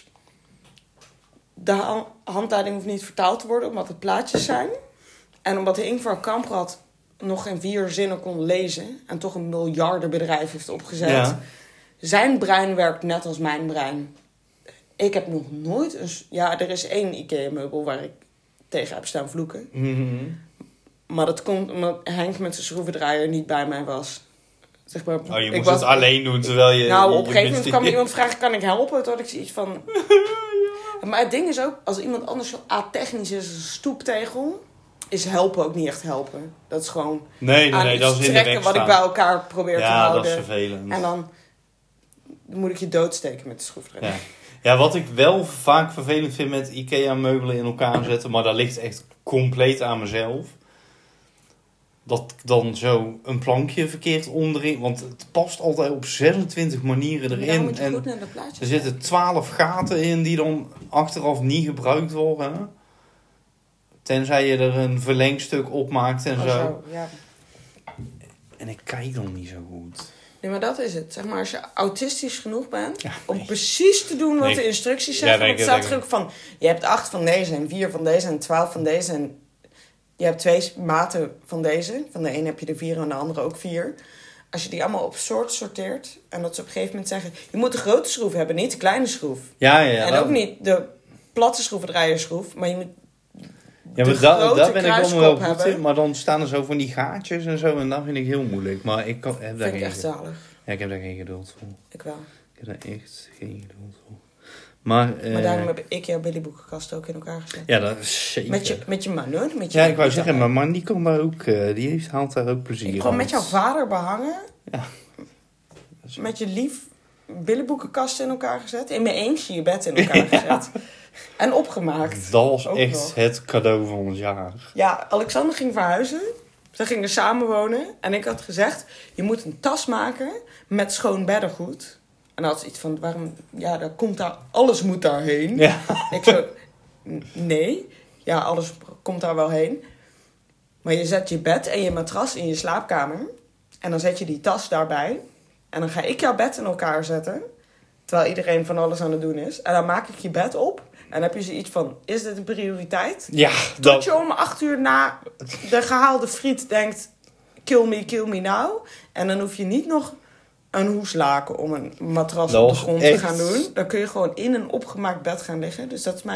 [SPEAKER 1] De handleiding hoeft niet vertaald te worden, omdat het plaatjes zijn. En omdat de Ingvar Kamprad nog in 4 zinnen kon lezen... en toch een miljardenbedrijf heeft opgezet... Ja. Zijn brein werkt net als mijn brein. Ik heb nog nooit... er is 1 IKEA-meubel waar ik tegen heb staan vloeken.
[SPEAKER 2] Mm-hmm.
[SPEAKER 1] Maar dat komt omdat Henk met zijn schroevendraaier niet bij mij was. Zeg maar,
[SPEAKER 2] je moest het alleen doen terwijl je...
[SPEAKER 1] Nou, op een gegeven moment kwam iemand vragen, kan ik helpen? Toen had ik zoiets van... Maar het ding is ook, als iemand anders zo atechnisch is als een stoeptegel... is helpen ook niet echt helpen. Dat is gewoon
[SPEAKER 2] nee, dat is in de weg
[SPEAKER 1] wat ik bij elkaar probeer te houden.
[SPEAKER 2] Ja, dat is vervelend.
[SPEAKER 1] En dan moet ik je doodsteken met de schroefdraaier.
[SPEAKER 2] Ja, wat ik wel vaak vervelend vind met IKEA-meubelen in elkaar zetten... maar dat ligt echt compleet aan mezelf... dat dan zo een plankje verkeerd onderin... want het past altijd op 26 manieren erin.
[SPEAKER 1] Ja, moet je goed naar de plaatjes.
[SPEAKER 2] Er zitten 12 gaten in die dan achteraf niet gebruikt worden. Tenzij je er een verlengstuk op maakt en zo.
[SPEAKER 1] Ja.
[SPEAKER 2] En ik kijk dan niet zo goed.
[SPEAKER 1] Nee, maar dat is het. Zeg maar, als je autistisch genoeg bent... om precies te doen wat de instructies zeggen... want het staat er ook van... je hebt 8 van deze en 4 van deze en 12 van deze... en je hebt 2 maten van deze. Van de een heb je er 4 en de andere ook 4. Als je die allemaal op soort sorteert... en dat ze op een gegeven moment zeggen... je moet de grote schroef hebben, niet de kleine schroef.
[SPEAKER 2] Ja,
[SPEAKER 1] en ook niet de platte schroevendraaierschroef... maar je moet...
[SPEAKER 2] Ja, maar daar ben ik dan wel goed in. Maar dan staan er zo van die gaatjes en zo. En dat vind ik heel moeilijk. Maar heb daar
[SPEAKER 1] vind ik echt zalig.
[SPEAKER 2] Ja, ik heb daar geen geduld voor.
[SPEAKER 1] Ik wel.
[SPEAKER 2] Ik heb daar echt geen geduld voor. Maar
[SPEAKER 1] daarom heb ik jouw Billy boekenkast ook in elkaar gezet.
[SPEAKER 2] Ja, dat is zeker.
[SPEAKER 1] Met je man, hoor.
[SPEAKER 2] Ja, ik wou zeggen, mijn man die kan daar ook... die haalt daar ook plezier uit.
[SPEAKER 1] Gewoon met jouw vader behangen.
[SPEAKER 2] Ja.
[SPEAKER 1] Met je lief Billy boekenkast in elkaar gezet. In mijn eentje je bed in elkaar gezet. En opgemaakt.
[SPEAKER 2] Dat was ook echt nog het cadeau van het jaar.
[SPEAKER 1] Ja, Alexander ging verhuizen. Ze gingen samen wonen. En ik had gezegd, je moet een tas maken met schoon beddengoed. En dan had ze iets van, waarom... Ja, alles moet daarheen.
[SPEAKER 2] Ja.
[SPEAKER 1] Ik zo, nee. Ja, alles komt daar wel heen. Maar je zet je bed en je matras in je slaapkamer. En dan zet je die tas daarbij. En dan ga ik jouw bed in elkaar zetten. Terwijl iedereen van alles aan het doen is. En dan maak ik je bed op. En dan heb je zoiets van, is dit een prioriteit?
[SPEAKER 2] Ja.
[SPEAKER 1] Tot je om 8 uur na de gehaalde friet denkt, kill me now. En dan hoef je niet nog een hoeslaken om een matras op de grond te gaan doen. Dan kun je gewoon in een opgemaakt bed gaan liggen. Dus dat is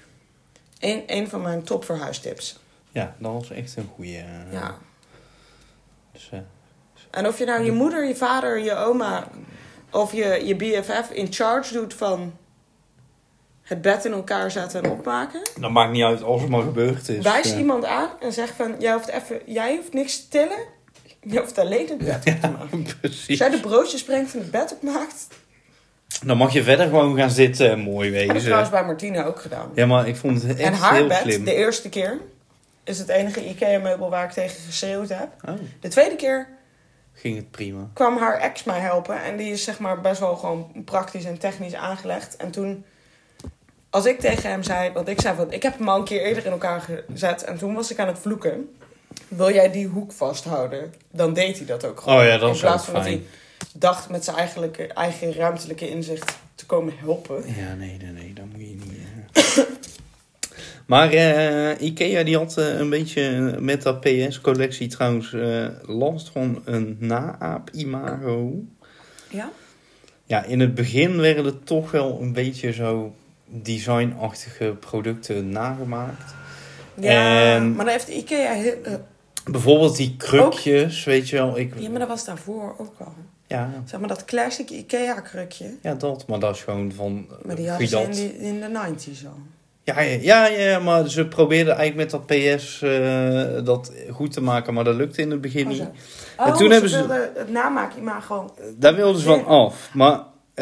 [SPEAKER 1] een van mijn top verhuistips.
[SPEAKER 2] Ja, dat was echt een goeie.
[SPEAKER 1] Ja. Dus, en of je nou je moeder, je vader, je oma of je BFF in charge doet van het bed in elkaar zetten en opmaken.
[SPEAKER 2] Dat maakt niet uit als het maar gebeurd is.
[SPEAKER 1] Wijs iemand aan en zeg van, jij hoeft niks te tillen. Je hoeft alleen het bed op te maken.
[SPEAKER 2] Precies.
[SPEAKER 1] Als jij de broodjes brengt en het bed opmaakt.
[SPEAKER 2] Dan mag je verder gewoon gaan zitten, mooi wezen.
[SPEAKER 1] Dat heb ik trouwens bij Martina ook gedaan.
[SPEAKER 2] Ja, maar ik vond het echt
[SPEAKER 1] en haar
[SPEAKER 2] heel
[SPEAKER 1] bed,
[SPEAKER 2] slim.
[SPEAKER 1] De eerste keer, is het enige IKEA-meubel waar ik tegen geschreeuwd heb.
[SPEAKER 2] Oh.
[SPEAKER 1] De tweede keer
[SPEAKER 2] ging het prima.
[SPEAKER 1] Kwam haar ex mij helpen. En die is zeg maar best wel gewoon praktisch en technisch aangelegd. En toen, als ik tegen hem zei... Want ik zei van, ik heb hem al een keer eerder in elkaar gezet. En toen was ik aan het vloeken. Wil jij die hoek vasthouden? Dan deed hij dat ook gewoon.
[SPEAKER 2] Oh ja, dat is
[SPEAKER 1] in plaats
[SPEAKER 2] ook
[SPEAKER 1] van
[SPEAKER 2] fijn.
[SPEAKER 1] dat hij dacht met zijn eigen ruimtelijke inzicht te komen helpen.
[SPEAKER 2] Ja, nee, dat moet je niet. Maar Ikea die had een beetje met dat PS-collectie trouwens last van een naaap-imago.
[SPEAKER 1] Ja?
[SPEAKER 2] Ja, in het begin werden er toch wel een beetje zo designachtige producten nagemaakt.
[SPEAKER 1] Ja,
[SPEAKER 2] En
[SPEAKER 1] maar dan heeft Ikea...
[SPEAKER 2] bijvoorbeeld die krukjes, weet je wel.
[SPEAKER 1] Ja, maar dat was daarvoor ook al.
[SPEAKER 2] Ja,
[SPEAKER 1] Zeg maar dat classic Ikea-krukje.
[SPEAKER 2] ja, maar dat is gewoon van
[SPEAKER 1] Maar die hadden ze
[SPEAKER 2] Gidat.
[SPEAKER 1] in de 90's al.
[SPEAKER 2] Ja, maar ze probeerden eigenlijk met dat PS dat goed te maken, maar dat lukte in het begin niet.
[SPEAKER 1] En
[SPEAKER 2] toen hebben ze
[SPEAKER 1] wilden het namaak-imago.
[SPEAKER 2] Daar wilden ze van af. Maar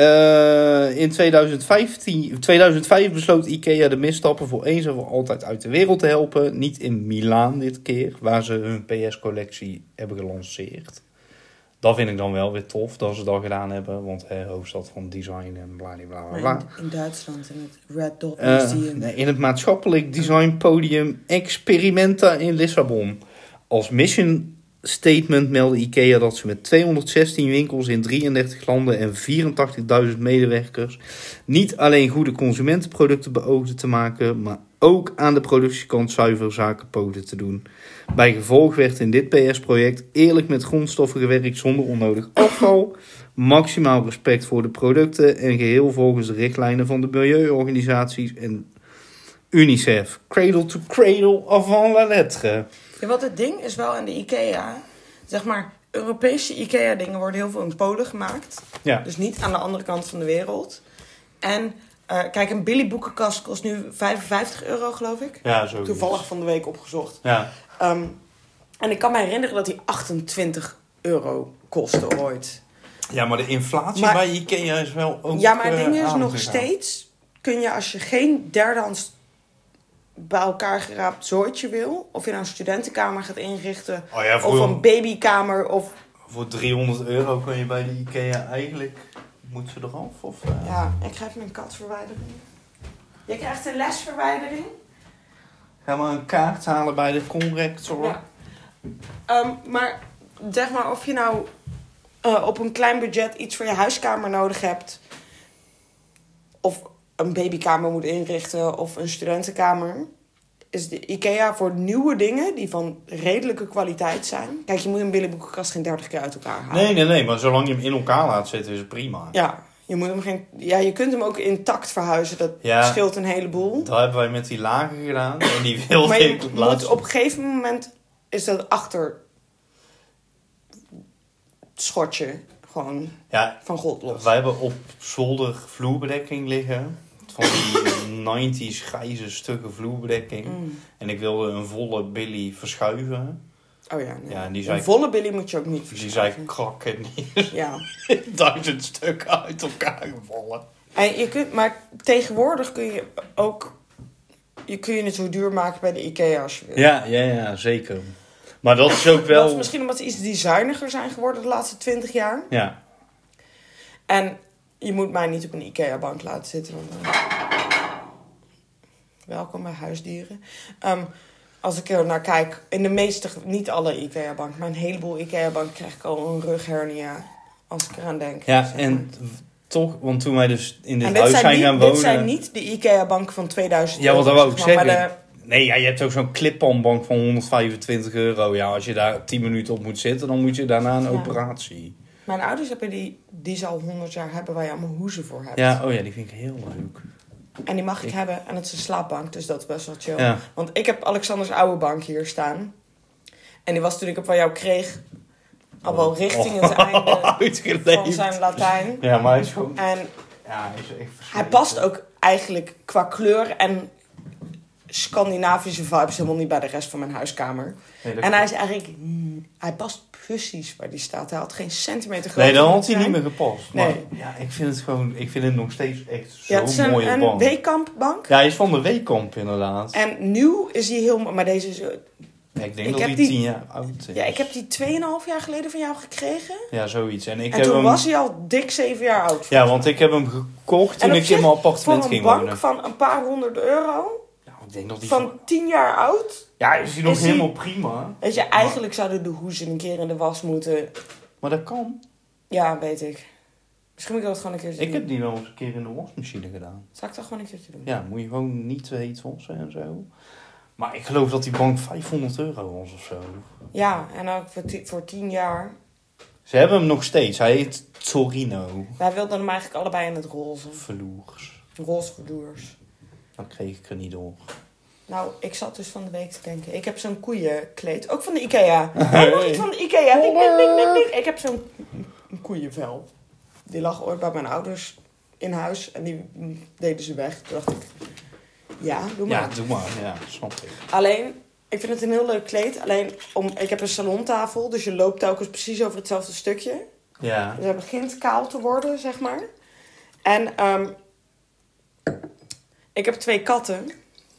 [SPEAKER 2] in 2005 besloot Ikea de misstappen voor eens en voor altijd uit de wereld te helpen. Niet in Milaan dit keer, waar ze hun PS-collectie hebben gelanceerd. Dat vind ik dan wel weer tof dat ze dat gedaan hebben. Want hoofdstad van design en bladibladibla.
[SPEAKER 1] In Duitsland, in het Red Dot Museum.
[SPEAKER 2] In het maatschappelijk designpodium Experimenta in Lissabon. Als mission statement meldde Ikea dat ze met 216 winkels in 33 landen en 84.000 medewerkers niet alleen goede consumentenproducten beoogden te maken, maar ook aan de productiekant zuiver zaken poogden te doen. Bij gevolg werd in dit PS-project eerlijk met grondstoffen gewerkt zonder onnodig afval, maximaal respect voor de producten en geheel volgens de richtlijnen van de milieuorganisaties en UNICEF. Cradle to cradle avant la lettre.
[SPEAKER 1] Ja, wat het ding is wel aan de Ikea, zeg maar, Europese Ikea-dingen worden heel veel in Polen gemaakt.
[SPEAKER 2] Ja.
[SPEAKER 1] Dus niet aan de andere kant van de wereld. En kijk, een Billy boekenkast kost nu €55, geloof ik.
[SPEAKER 2] Ja, zo.
[SPEAKER 1] Toevallig van de week opgezocht.
[SPEAKER 2] Ja.
[SPEAKER 1] En ik kan me herinneren dat die €28 kostte ooit.
[SPEAKER 2] Ja, maar de inflatie
[SPEAKER 1] Maar-
[SPEAKER 2] bij Ikea is wel ook
[SPEAKER 1] Ja, maar het ding is
[SPEAKER 2] aan
[SPEAKER 1] nog
[SPEAKER 2] te gaan.
[SPEAKER 1] steeds, kun je als je geen derdehands bij elkaar geraapt zooitje wil, of je nou een studentenkamer gaat inrichten,
[SPEAKER 2] Oh ja,
[SPEAKER 1] of een babykamer, of
[SPEAKER 2] voor €300 kun je bij de Ikea eigenlijk... Moet ze eraf? Of,
[SPEAKER 1] ja, ik ga even mijn katverwijdering. Je krijgt een lesverwijdering.
[SPEAKER 2] Gaan we een kaart halen bij de conrector?
[SPEAKER 1] Ja. Maar zeg maar of je nou op een klein budget iets voor je huiskamer nodig hebt, of een babykamer moet inrichten, of een studentenkamer, is de Ikea voor nieuwe dingen die van redelijke kwaliteit zijn. Kijk, je moet een billenboekenkast geen 30 keer uit elkaar halen.
[SPEAKER 2] Nee, maar zolang je hem in elkaar laat zitten is het prima.
[SPEAKER 1] Ja, je kunt hem ook intact verhuizen. Dat scheelt een heleboel.
[SPEAKER 2] Dat hebben wij met die lagen gedaan. En die wilde
[SPEAKER 1] Maar je
[SPEAKER 2] ik
[SPEAKER 1] moet
[SPEAKER 2] laatst...
[SPEAKER 1] op een gegeven moment is dat achter het schotje gewoon van God los.
[SPEAKER 2] Wij hebben op zolder vloerbedekking liggen. Van die 90's grijze stukken vloerbedekking. En ik wilde een volle Billy verschuiven.
[SPEAKER 1] Oh ja, nee.
[SPEAKER 2] Ja, en die
[SPEAKER 1] een
[SPEAKER 2] zei,
[SPEAKER 1] volle Billy moet je ook niet verschuiven.
[SPEAKER 2] Die zei krak en die is
[SPEAKER 1] Ja.
[SPEAKER 2] 1000 stukken uit elkaar gevallen.
[SPEAKER 1] En maar tegenwoordig kun je ook... Je kun je het zo duur maken bij de Ikea als je wil.
[SPEAKER 2] Ja, zeker. Maar dat is ook wel...
[SPEAKER 1] Dat is misschien omdat ze iets designiger zijn geworden de laatste 20 jaar.
[SPEAKER 2] Ja.
[SPEAKER 1] En je moet mij niet op een Ikea-bank laten zitten. Want, welkom bij huisdieren. Als ik er naar kijk, in de meeste, niet alle Ikea-banken, maar een heleboel Ikea-banken krijg ik al een rughernia als ik eraan denk.
[SPEAKER 2] Ja,
[SPEAKER 1] zeg maar.
[SPEAKER 2] en toch, want toen wij dus in dit
[SPEAKER 1] en
[SPEAKER 2] huis zijn gaan wonen...
[SPEAKER 1] Dit zijn niet de Ikea-banken van 2000.
[SPEAKER 2] Ja, wat dat wou ik zeggen.
[SPEAKER 1] Maar
[SPEAKER 2] Nee, ja, je hebt ook zo'n clip-on-bank van €125. Ja, als je daar 10 minuten op moet zitten, dan moet je daarna een operatie.
[SPEAKER 1] Mijn ouders hebben die ze al 100 jaar hebben, waar je allemaal hoezen voor hebt.
[SPEAKER 2] Ja, oh ja, die vind ik heel leuk.
[SPEAKER 1] En die mag ik hebben. En het is een slaapbank, dus dat is best wel chill.
[SPEAKER 2] Ja.
[SPEAKER 1] Want ik heb Alexanders oude bank hier staan. En die was toen ik op van jou kreeg al wel richting het einde van zijn Latijn.
[SPEAKER 2] Ja, maar hij is gewoon...
[SPEAKER 1] En
[SPEAKER 2] ja, hij is echt
[SPEAKER 1] hij past ook eigenlijk qua kleur en Scandinavische vibes helemaal niet bij de rest van mijn huiskamer.
[SPEAKER 2] Nee,
[SPEAKER 1] en hij is eigenlijk... hij past precies waar die staat. Hij had geen centimeter groter.
[SPEAKER 2] Nee, dan had hij niet meer gepast. Maar
[SPEAKER 1] Nee.
[SPEAKER 2] ja, ik vind het nog steeds echt zo'n
[SPEAKER 1] het is
[SPEAKER 2] mooie
[SPEAKER 1] een
[SPEAKER 2] bank.
[SPEAKER 1] Weekamp bank.
[SPEAKER 2] Ja, hij is van de Weekamp inderdaad.
[SPEAKER 1] En nieuw is hij heel... Maar deze is
[SPEAKER 2] Ja, ik denk dat die 10 jaar oud is.
[SPEAKER 1] Ja, ik heb die 2,5 jaar geleden van jou gekregen.
[SPEAKER 2] Ja, zoiets. En
[SPEAKER 1] toen was hij al dik 7 jaar oud.
[SPEAKER 2] Ja, want ik heb hem gekocht toen ik in mijn appartement ging wonen.
[SPEAKER 1] Voor een bank van een paar €100...
[SPEAKER 2] Ik denk dat die
[SPEAKER 1] van 10 jaar oud.
[SPEAKER 2] Ja, is hij nog helemaal prima.
[SPEAKER 1] Weet je, eigenlijk zouden de hoezen een keer in de was moeten.
[SPEAKER 2] Maar dat kan.
[SPEAKER 1] Ja, weet ik. Misschien moet ik dat gewoon een keer doen.
[SPEAKER 2] Ik heb die wel eens een keer in de wasmachine gedaan.
[SPEAKER 1] Zal ik dat gewoon een keertje doen?
[SPEAKER 2] Ja, moet je gewoon niet heet wassen en zo. Maar ik geloof dat die bank €500 was of zo.
[SPEAKER 1] Ja, en ook voor 10 jaar.
[SPEAKER 2] Ze hebben hem nog steeds. Hij heet Torino.
[SPEAKER 1] Wij wilden hem eigenlijk allebei in het roze.
[SPEAKER 2] Verloers.
[SPEAKER 1] Roze verloers.
[SPEAKER 2] Dat kreeg ik er niet door.
[SPEAKER 1] Nou, ik zat dus van de week te denken. Ik heb zo'n koeienkleed. Ook van de Ikea. Nog iets van de Ikea. Ding, ding, ding, ding, ding. Ik heb zo'n koeienvel. Die lag ooit bij mijn ouders in huis. En die deden ze weg. Toen dacht ik, ja, doe maar.
[SPEAKER 2] Ja, doe maar. Ja, snap ik.
[SPEAKER 1] Alleen, ik vind het een heel leuk kleed. Alleen, ik heb een salontafel. Dus je loopt telkens precies over hetzelfde stukje.
[SPEAKER 2] Ja.
[SPEAKER 1] Dus hij begint kaal te worden, zeg maar. En ik heb 2 katten.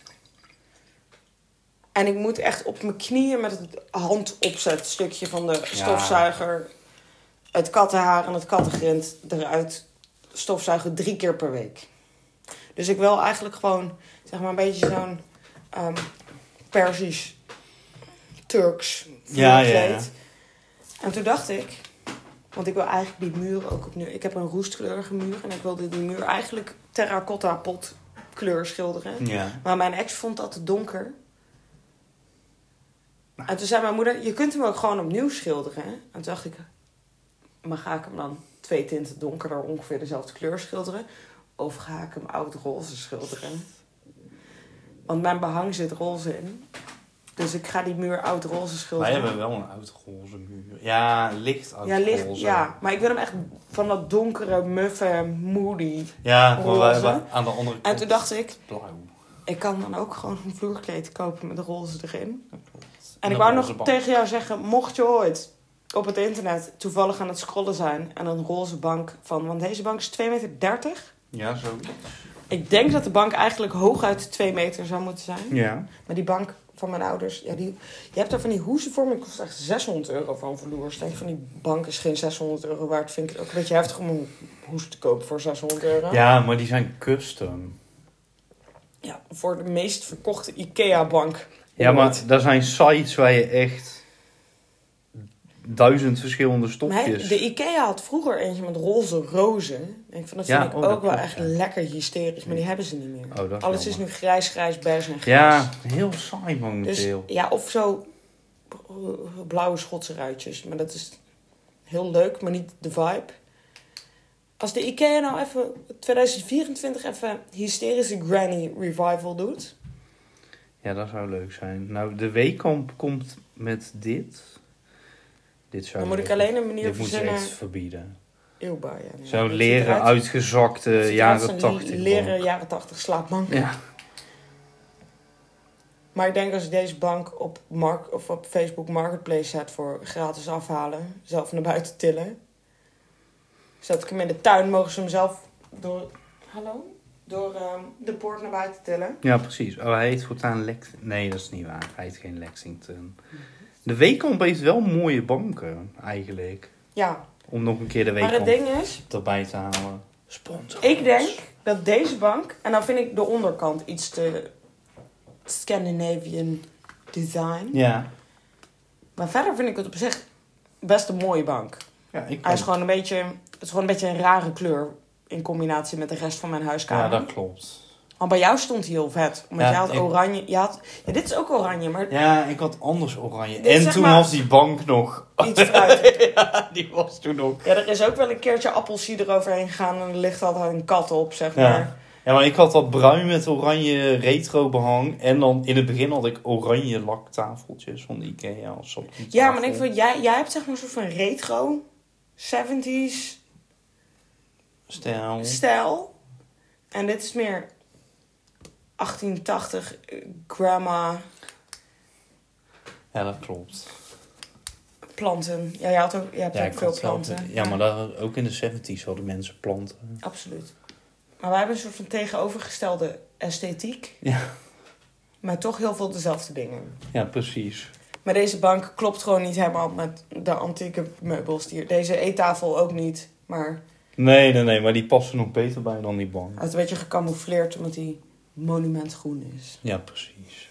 [SPEAKER 1] En ik moet echt op mijn knieën met het handopzetstukje van de stofzuiger... het kattenhaar en het kattengrind eruit stofzuigen 3 keer per week. Dus ik wil eigenlijk gewoon, zeg maar, een beetje zo'n Persisch, Turks vloerkleed. Ja. En toen dacht ik, want ik wil eigenlijk die muur ook opnieuw... Ik heb een roestkleurige muur en ik wilde die muur eigenlijk terracotta pot kleur schilderen.
[SPEAKER 2] Ja.
[SPEAKER 1] Maar mijn ex vond dat te donker. En toen zei mijn moeder, je kunt hem ook gewoon opnieuw schilderen. En toen dacht ik, maar ga ik hem dan 2 tinten donkerder ongeveer dezelfde kleur schilderen? Of ga ik hem oud-roze schilderen? Want mijn behang zit roze in. Dus ik ga die muur oud-roze schilderen.
[SPEAKER 2] Wij hebben wel een oud-roze muur. Ja, licht oud-roze.
[SPEAKER 1] Ja, maar ik wil hem echt van dat donkere, muffe, moody
[SPEAKER 2] ja,
[SPEAKER 1] roze.
[SPEAKER 2] Maar wij hebben aan de andere kant
[SPEAKER 1] en toen dacht ik,
[SPEAKER 2] blauw.
[SPEAKER 1] Ik kan dan ook gewoon een vloerkleed kopen met roze erin. En ik wou nog tegen jou zeggen, mocht je ooit op het internet toevallig aan het scrollen zijn en een roze bank van... Want deze bank is 2,30 meter.
[SPEAKER 2] Ja, zo.
[SPEAKER 1] Ik denk dat de bank eigenlijk hooguit 2 meter zou moeten zijn.
[SPEAKER 2] Ja.
[SPEAKER 1] Maar die bank van mijn ouders, ja, je hebt daar van die hoezen voor, maar die kost echt €600 van verloers. Ik denk van die bank is geen €600 waard. Vind ik het ook een beetje heftig om een hoes te kopen voor €600.
[SPEAKER 2] Ja, maar die zijn custom.
[SPEAKER 1] Ja, voor de meest verkochte IKEA-bank.
[SPEAKER 2] Ja, maar daar zijn sites waar je echt 1000 verschillende stofjes...
[SPEAKER 1] De IKEA had vroeger eentje met roze rozen. Dat vind ik ook wel echt lekker hysterisch. Maar die hebben ze niet meer. Alles is nu grijs, beige en grijs.
[SPEAKER 2] Ja, heel saai momenteel.
[SPEAKER 1] Dus, ja, of zo blauwe Schotse ruitjes. Maar dat is heel leuk, maar niet de vibe. Als de IKEA nou even 2024 even hysterische granny revival doet.
[SPEAKER 2] Ja, dat zou leuk zijn. Nou, de Weekamp komt met dit. Dit zou
[SPEAKER 1] dan moet ik alleen een manier verzinnen.
[SPEAKER 2] Dit moet je echt verbieden.
[SPEAKER 1] Eeuwbaar, ja. Nee,
[SPEAKER 2] zo'n leren uitgezakte jaren 80
[SPEAKER 1] leren jaren 80 slaapbank.
[SPEAKER 2] Ja.
[SPEAKER 1] Maar ik denk als ik deze bank op Facebook Marketplace zet voor gratis afhalen, zelf naar buiten tillen. Zet ik hem in de tuin, mogen ze hem zelf door de poort naar buiten tillen.
[SPEAKER 2] Ja, precies. Oh, hij heet voortaan Nee, dat is niet waar. Hij heet geen Lexington. De Weekamp heeft wel mooie banken, eigenlijk.
[SPEAKER 1] Ja.
[SPEAKER 2] Om nog een keer de Weekamp
[SPEAKER 1] maar het ding is,
[SPEAKER 2] erbij te halen. Sponsor.
[SPEAKER 1] Ik denk dat deze bank, en dan vind ik de onderkant iets te Scandinavian design.
[SPEAKER 2] Ja.
[SPEAKER 1] Maar verder vind ik het op zich best een mooie bank.
[SPEAKER 2] Ja,
[SPEAKER 1] Hij is gewoon het is gewoon een beetje een rare kleur in combinatie met de rest van mijn huiskamer.
[SPEAKER 2] Ja, dat klopt.
[SPEAKER 1] Maar bij jou stond hij heel vet. Omdat jij had oranje. Ja, dit is ook oranje, maar...
[SPEAKER 2] Ja, ik had anders oranje. En toen was die bank nog...
[SPEAKER 1] Iets fruitig.
[SPEAKER 2] Ja, die was toen nog...
[SPEAKER 1] Ja, er is ook wel een keertje appelsieder overheen gegaan en er ligt altijd een kat op, zeg maar.
[SPEAKER 2] Ja, maar ik had dat bruin met oranje retro behang. En dan in het begin had ik oranje laktafeltjes van de IKEA.
[SPEAKER 1] Ja, maar ik vind, jij hebt zeg maar een soort van retro 70s stijl. En dit is meer 1880 grandma.
[SPEAKER 2] Ja, dat klopt.
[SPEAKER 1] Planten. Ja, je hebt ook veel planten.
[SPEAKER 2] Ja, maar ook in de 70s hadden mensen planten.
[SPEAKER 1] Absoluut. Maar wij hebben een soort van tegenovergestelde esthetiek.
[SPEAKER 2] Ja.
[SPEAKER 1] Maar toch heel veel dezelfde dingen.
[SPEAKER 2] Ja, precies.
[SPEAKER 1] Maar deze bank klopt gewoon niet helemaal met de antieke meubels. Deze eettafel ook niet, maar...
[SPEAKER 2] Nee, maar die passen nog beter bij dan die bank.
[SPEAKER 1] Het is een beetje gecamoufleerd omdat die monumentgroen is.
[SPEAKER 2] Ja, precies.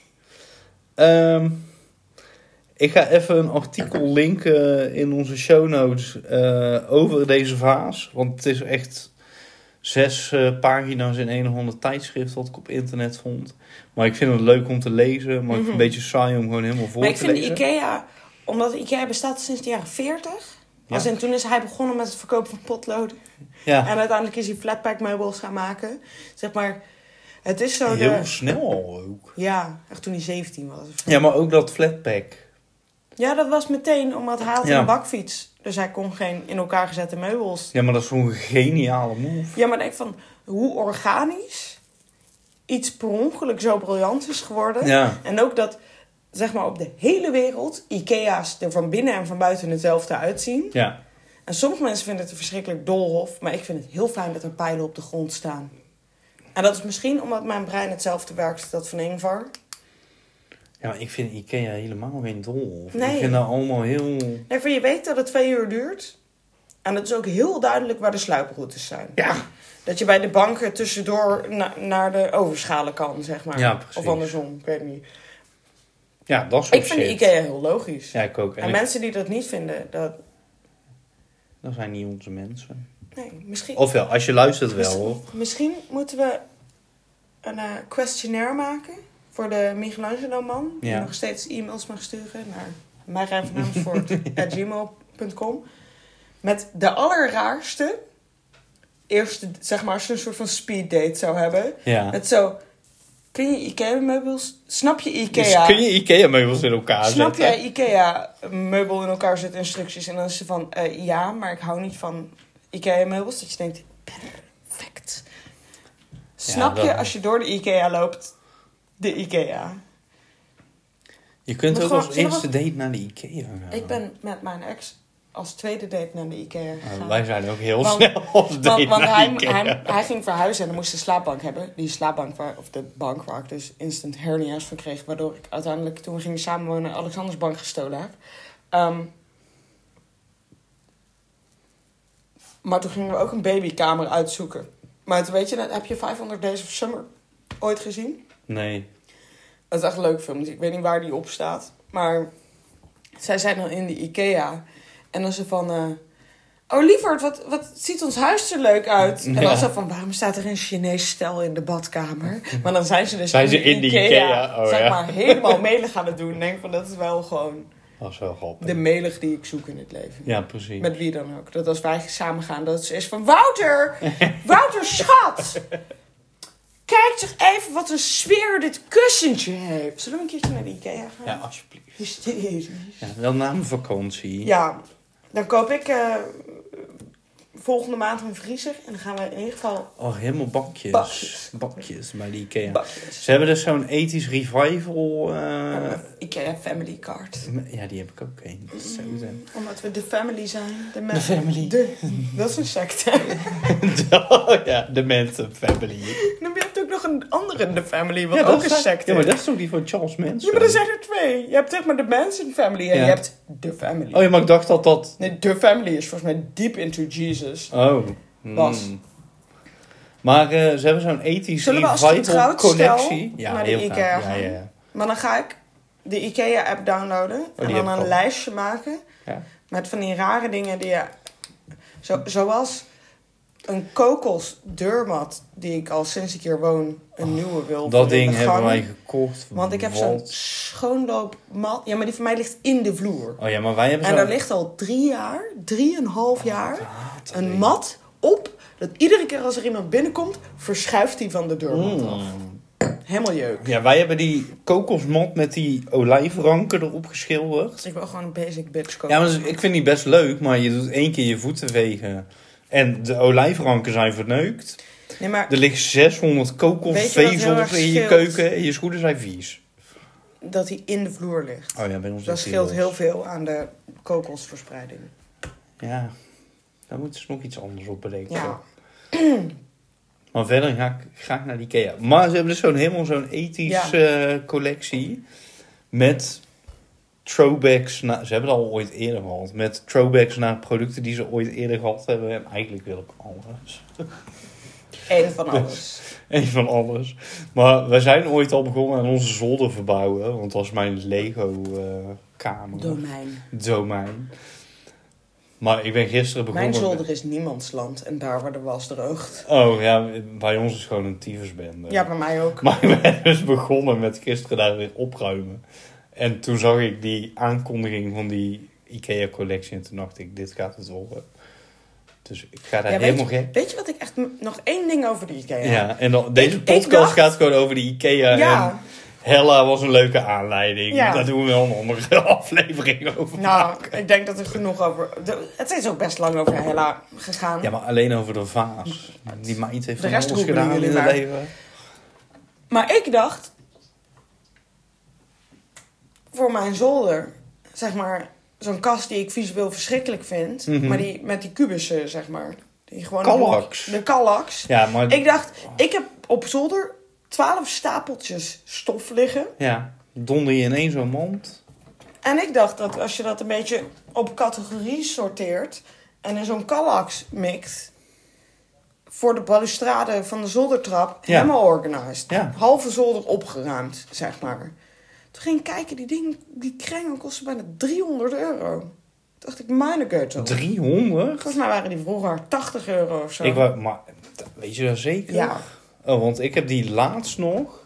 [SPEAKER 2] Ik ga even een artikel linken in onze show notes over deze vaas. Want het is echt 6 pagina's in een of ander tijdschrift wat ik op internet vond. Maar ik vind het leuk om te lezen. Maar ik vind het een beetje saai om gewoon helemaal voor te lezen.
[SPEAKER 1] Maar ik vind IKEA, omdat IKEA bestaat sinds de jaren 40. Ja. En toen is hij begonnen met het verkopen van potloden.
[SPEAKER 2] Ja.
[SPEAKER 1] En uiteindelijk is hij flatpack meubels gaan maken. Zeg maar, het is zo
[SPEAKER 2] heel snel al ook.
[SPEAKER 1] Ja, echt toen hij 17 was.
[SPEAKER 2] Ja, maar ook dat flatpack.
[SPEAKER 1] Ja, dat was meteen, omdat hij had een bakfiets. Dus hij kon geen in elkaar gezette meubels.
[SPEAKER 2] Ja, maar dat is zo'n geniale move.
[SPEAKER 1] Ja, maar denk van, hoe organisch iets per ongeluk zo briljant is geworden.
[SPEAKER 2] Ja.
[SPEAKER 1] En ook dat, zeg maar, op de hele wereld IKEA's er van binnen en van buiten hetzelfde uitzien.
[SPEAKER 2] Ja.
[SPEAKER 1] En sommige mensen vinden het een verschrikkelijk doolhof. Maar ik vind het heel fijn dat er pijlen op de grond staan. En dat is misschien omdat mijn brein hetzelfde werkt als dat van Ingvar.
[SPEAKER 2] Ja, maar ik vind IKEA helemaal geen doolhof.
[SPEAKER 1] Nee.
[SPEAKER 2] Ik vind dat allemaal heel...
[SPEAKER 1] Nee, voor je weet dat het 2 uur duurt. En het is ook heel duidelijk waar de sluiproutes zijn.
[SPEAKER 2] Ja.
[SPEAKER 1] Dat je bij de banken tussendoor naar de overschalen kan, zeg maar.
[SPEAKER 2] Ja, precies.
[SPEAKER 1] Of andersom, ik weet het niet.
[SPEAKER 2] Ja, dat is
[SPEAKER 1] Ik vind de IKEA heel logisch.
[SPEAKER 2] Ja, ik ook.
[SPEAKER 1] En mensen die dat niet vinden, dat
[SPEAKER 2] zijn niet onze mensen.
[SPEAKER 1] Nee, misschien...
[SPEAKER 2] Of wel, als je luistert wel, hoor.
[SPEAKER 1] Misschien moeten we een questionnaire maken voor de Michelangelo-man. Die nog steeds e-mails mag sturen naar mijnrijnvanavond@gmail.com. Met de allerraarste... Eerste, zeg maar, als je een soort van speeddate zou hebben.
[SPEAKER 2] Ja.
[SPEAKER 1] Het zo... Kun je IKEA-meubels... Snap je IKEA...
[SPEAKER 2] Dus kun je IKEA-meubels in elkaar zetten?
[SPEAKER 1] Snap jij IKEA-meubel in elkaar zetten instructies? En dan is ze van... ja, maar ik hou niet van IKEA-meubels. Dat je denkt... Perfect. Snap je als je door de IKEA loopt... De IKEA?
[SPEAKER 2] Je kunt ook als eerste date naar de IKEA gaan.
[SPEAKER 1] Ik ben met mijn ex... als tweede date naar de IKEA gegaan.
[SPEAKER 2] Wij zijn ook heel snel als date naar IKEA.
[SPEAKER 1] Hij ging verhuizen en dan moest een slaapbank hebben. Die slaapbank, of de bank waar ik dus instant hernia's van kreeg. Waardoor ik uiteindelijk, toen we gingen samenwonen, Alexanders bank gestolen heb. Maar toen gingen we ook een babykamer uitzoeken. Maar toen, weet je, heb je 500 Days of Summer ooit gezien?
[SPEAKER 2] Nee.
[SPEAKER 1] Dat is echt een leuk film. Ik weet niet waar die op staat. Maar zij zijn dan in de IKEA... En dan ze van... oh, lieverd, wat ziet ons huis er leuk uit? En dan zo van, waarom staat er een Chinees stel in de badkamer? Maar dan zijn ze dus
[SPEAKER 2] in de IKEA. Oh,
[SPEAKER 1] zeg maar helemaal melig aan het doen. Denk van, dat is wel gewoon...
[SPEAKER 2] Dat is wel grappig.
[SPEAKER 1] De melig die ik zoek in het leven.
[SPEAKER 2] Ja, precies.
[SPEAKER 1] Met wie dan ook. Dat als wij samen gaan, dat ze is van... Wouter! Wouter, schat! Kijk toch even wat een sfeer dit kussentje heeft. Zullen we een keertje naar de IKEA gaan?
[SPEAKER 2] Ja, alsjeblieft.
[SPEAKER 1] Hysterisch.
[SPEAKER 2] Ja, wel na mijn vakantie.
[SPEAKER 1] Ja. Dan koop ik volgende maand een vriezer. En dan gaan we in ieder geval...
[SPEAKER 2] Oh, helemaal bakjes bij de IKEA.
[SPEAKER 1] Bakjes.
[SPEAKER 2] Ze hebben dus zo'n ethisch revival...
[SPEAKER 1] IKEA Family Card.
[SPEAKER 2] Ja, die heb ik ook één.
[SPEAKER 1] Omdat we de family zijn.
[SPEAKER 2] De family.
[SPEAKER 1] Dat is een secte.
[SPEAKER 2] Ja, de Manson Family.
[SPEAKER 1] Dan heb je ook nog een andere The Family, wat ook een secte.
[SPEAKER 2] Ja, maar dat is toch die van Charles Manson?
[SPEAKER 1] Ja, maar er zijn er 2. Je hebt zeg maar de Manson Family en je hebt The Family.
[SPEAKER 2] Oh ja, maar ik dacht dat...
[SPEAKER 1] Nee, The Family is volgens mij deep into Jesus.
[SPEAKER 2] Oh.
[SPEAKER 1] Was.
[SPEAKER 2] Maar ze hebben zo'n ethisch revival collectie.
[SPEAKER 1] Ja, naar de IKEA gaan. Ja. Maar dan ga ik de IKEA-app downloaden. En dan een lijstje maken. Ja. Met van die rare dingen die je... Zoals een kokosdeurmat die ik al sinds ik hier woon een nieuwe wil.
[SPEAKER 2] Dat ding hebben wij gekocht.
[SPEAKER 1] Want ik heb zo'n schoonloopmat. Ja, maar die van mij ligt in de vloer.
[SPEAKER 2] Oh ja, maar wij hebben
[SPEAKER 1] en daar ligt al 3,5 jaar een mat op. Dat iedere keer als er iemand binnenkomt, verschuift hij van de deurmat af. Helemaal jeuk.
[SPEAKER 2] Ja, wij hebben die kokosmat met die olijfranken erop geschilderd.
[SPEAKER 1] Ik wil gewoon een basic bitch kokos.
[SPEAKER 2] Ja, maar ik vind die best leuk, maar je doet 1 keer je voeten vegen. En de olijfranken zijn verneukt.
[SPEAKER 1] Nee, maar
[SPEAKER 2] er liggen 600 kokosvezels in je keuken en je schoenen zijn vies.
[SPEAKER 1] Dat hij in de vloer ligt.
[SPEAKER 2] Oh ja, bij ons
[SPEAKER 1] dat scheelt heel veel aan de kokosverspreiding.
[SPEAKER 2] Ja, daar moeten ze nog iets anders op bedenken.
[SPEAKER 1] Ja.
[SPEAKER 2] Maar verder ga ik graag naar de IKEA. Maar ze hebben dus helemaal zo'n ethische collectie. Met throwbacks ze hebben het al ooit eerder gehad. Met throwbacks naar producten die ze ooit eerder gehad hebben. En eigenlijk wil ik alles.
[SPEAKER 1] Eén van alles.
[SPEAKER 2] Eén van alles. Maar wij zijn ooit al begonnen aan onze zolder verbouwen. Want dat was mijn Lego kamer. Domein. Maar ik ben gisteren begonnen...
[SPEAKER 1] Mijn zolder is niemandsland en daar waar de was droogt.
[SPEAKER 2] Oh ja, bij ons is het gewoon een tyfusbende.
[SPEAKER 1] Ja, bij mij ook.
[SPEAKER 2] Maar ik ben dus begonnen met gisteren daar weer opruimen. En toen zag ik die aankondiging van die IKEA-collectie en toen dacht ik, dit gaat het worden. Dus ik ga daar helemaal gek.
[SPEAKER 1] Weet je wat ik echt... Nog één ding over de IKEA.
[SPEAKER 2] Ja, en dan, deze podcast gaat gewoon over de IKEA.
[SPEAKER 1] Ja.
[SPEAKER 2] En Hella was een leuke aanleiding.
[SPEAKER 1] Ja.
[SPEAKER 2] Daar doen we wel een andere aflevering over.
[SPEAKER 1] Nou, ik denk dat er genoeg over... Het is ook best lang over Hella gegaan.
[SPEAKER 2] Ja, maar alleen over de vaas. Die meid heeft
[SPEAKER 1] de
[SPEAKER 2] van
[SPEAKER 1] rest
[SPEAKER 2] alles gedaan in het leven.
[SPEAKER 1] Maar ik dacht... Voor mijn zolder, zeg maar... Zo'n kast die ik visueel verschrikkelijk vind.
[SPEAKER 2] Mm-hmm.
[SPEAKER 1] Maar die met die kubussen, zeg maar. Die gewoon
[SPEAKER 2] Kallax.
[SPEAKER 1] De kallax.
[SPEAKER 2] Ja, maar...
[SPEAKER 1] Ik dacht, ik heb op zolder 12 stapeltjes stof liggen.
[SPEAKER 2] Ja, donder je in één zo'n mand.
[SPEAKER 1] En ik dacht dat als je dat een beetje op categorie sorteert... en in zo'n kallax mixt... voor de balustrade van de zoldertrap... helemaal organized.
[SPEAKER 2] Ja.
[SPEAKER 1] Halve zolder opgeruimd, zeg maar. Toen ging ik kijken, die krengen kosten bijna €300. Toen dacht ik, mijn keutel.
[SPEAKER 2] 300?
[SPEAKER 1] Volgens mij waren die vroeger €80 of zo.
[SPEAKER 2] Maar weet je dat zeker?
[SPEAKER 1] Ja.
[SPEAKER 2] Oh, want ik heb die laatst nog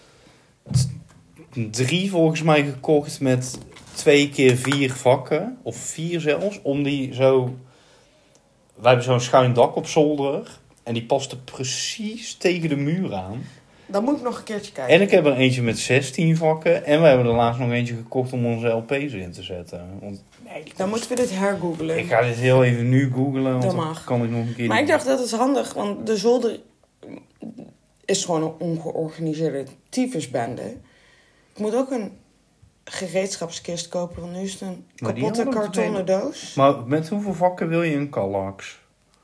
[SPEAKER 2] 3 volgens mij gekocht met 2 keer 4 vakken. Of 4 zelfs. Om die zo... Wij hebben zo'n schuin dak op zolder. En die paste precies tegen de muur aan.
[SPEAKER 1] Dan moet ik nog een keertje kijken.
[SPEAKER 2] En ik heb er eentje met 16 vakken. En we hebben er laatst nog eentje gekocht om onze LP's in te zetten. Want
[SPEAKER 1] dan moeten we dit hergoogelen.
[SPEAKER 2] ik ga dit heel even nu googlen. Want
[SPEAKER 1] Dat
[SPEAKER 2] dan
[SPEAKER 1] mag.
[SPEAKER 2] kan ik nog een keer...
[SPEAKER 1] Maar ik dacht, dat is handig. Want de zolder is gewoon een ongeorganiseerde tyfusbende. Ik moet ook een gereedschapskist kopen. Want nu is het een
[SPEAKER 2] Maar die
[SPEAKER 1] kapotte
[SPEAKER 2] hadden we
[SPEAKER 1] kartonnen doos.
[SPEAKER 2] Maar met hoeveel vakken wil je een kallax?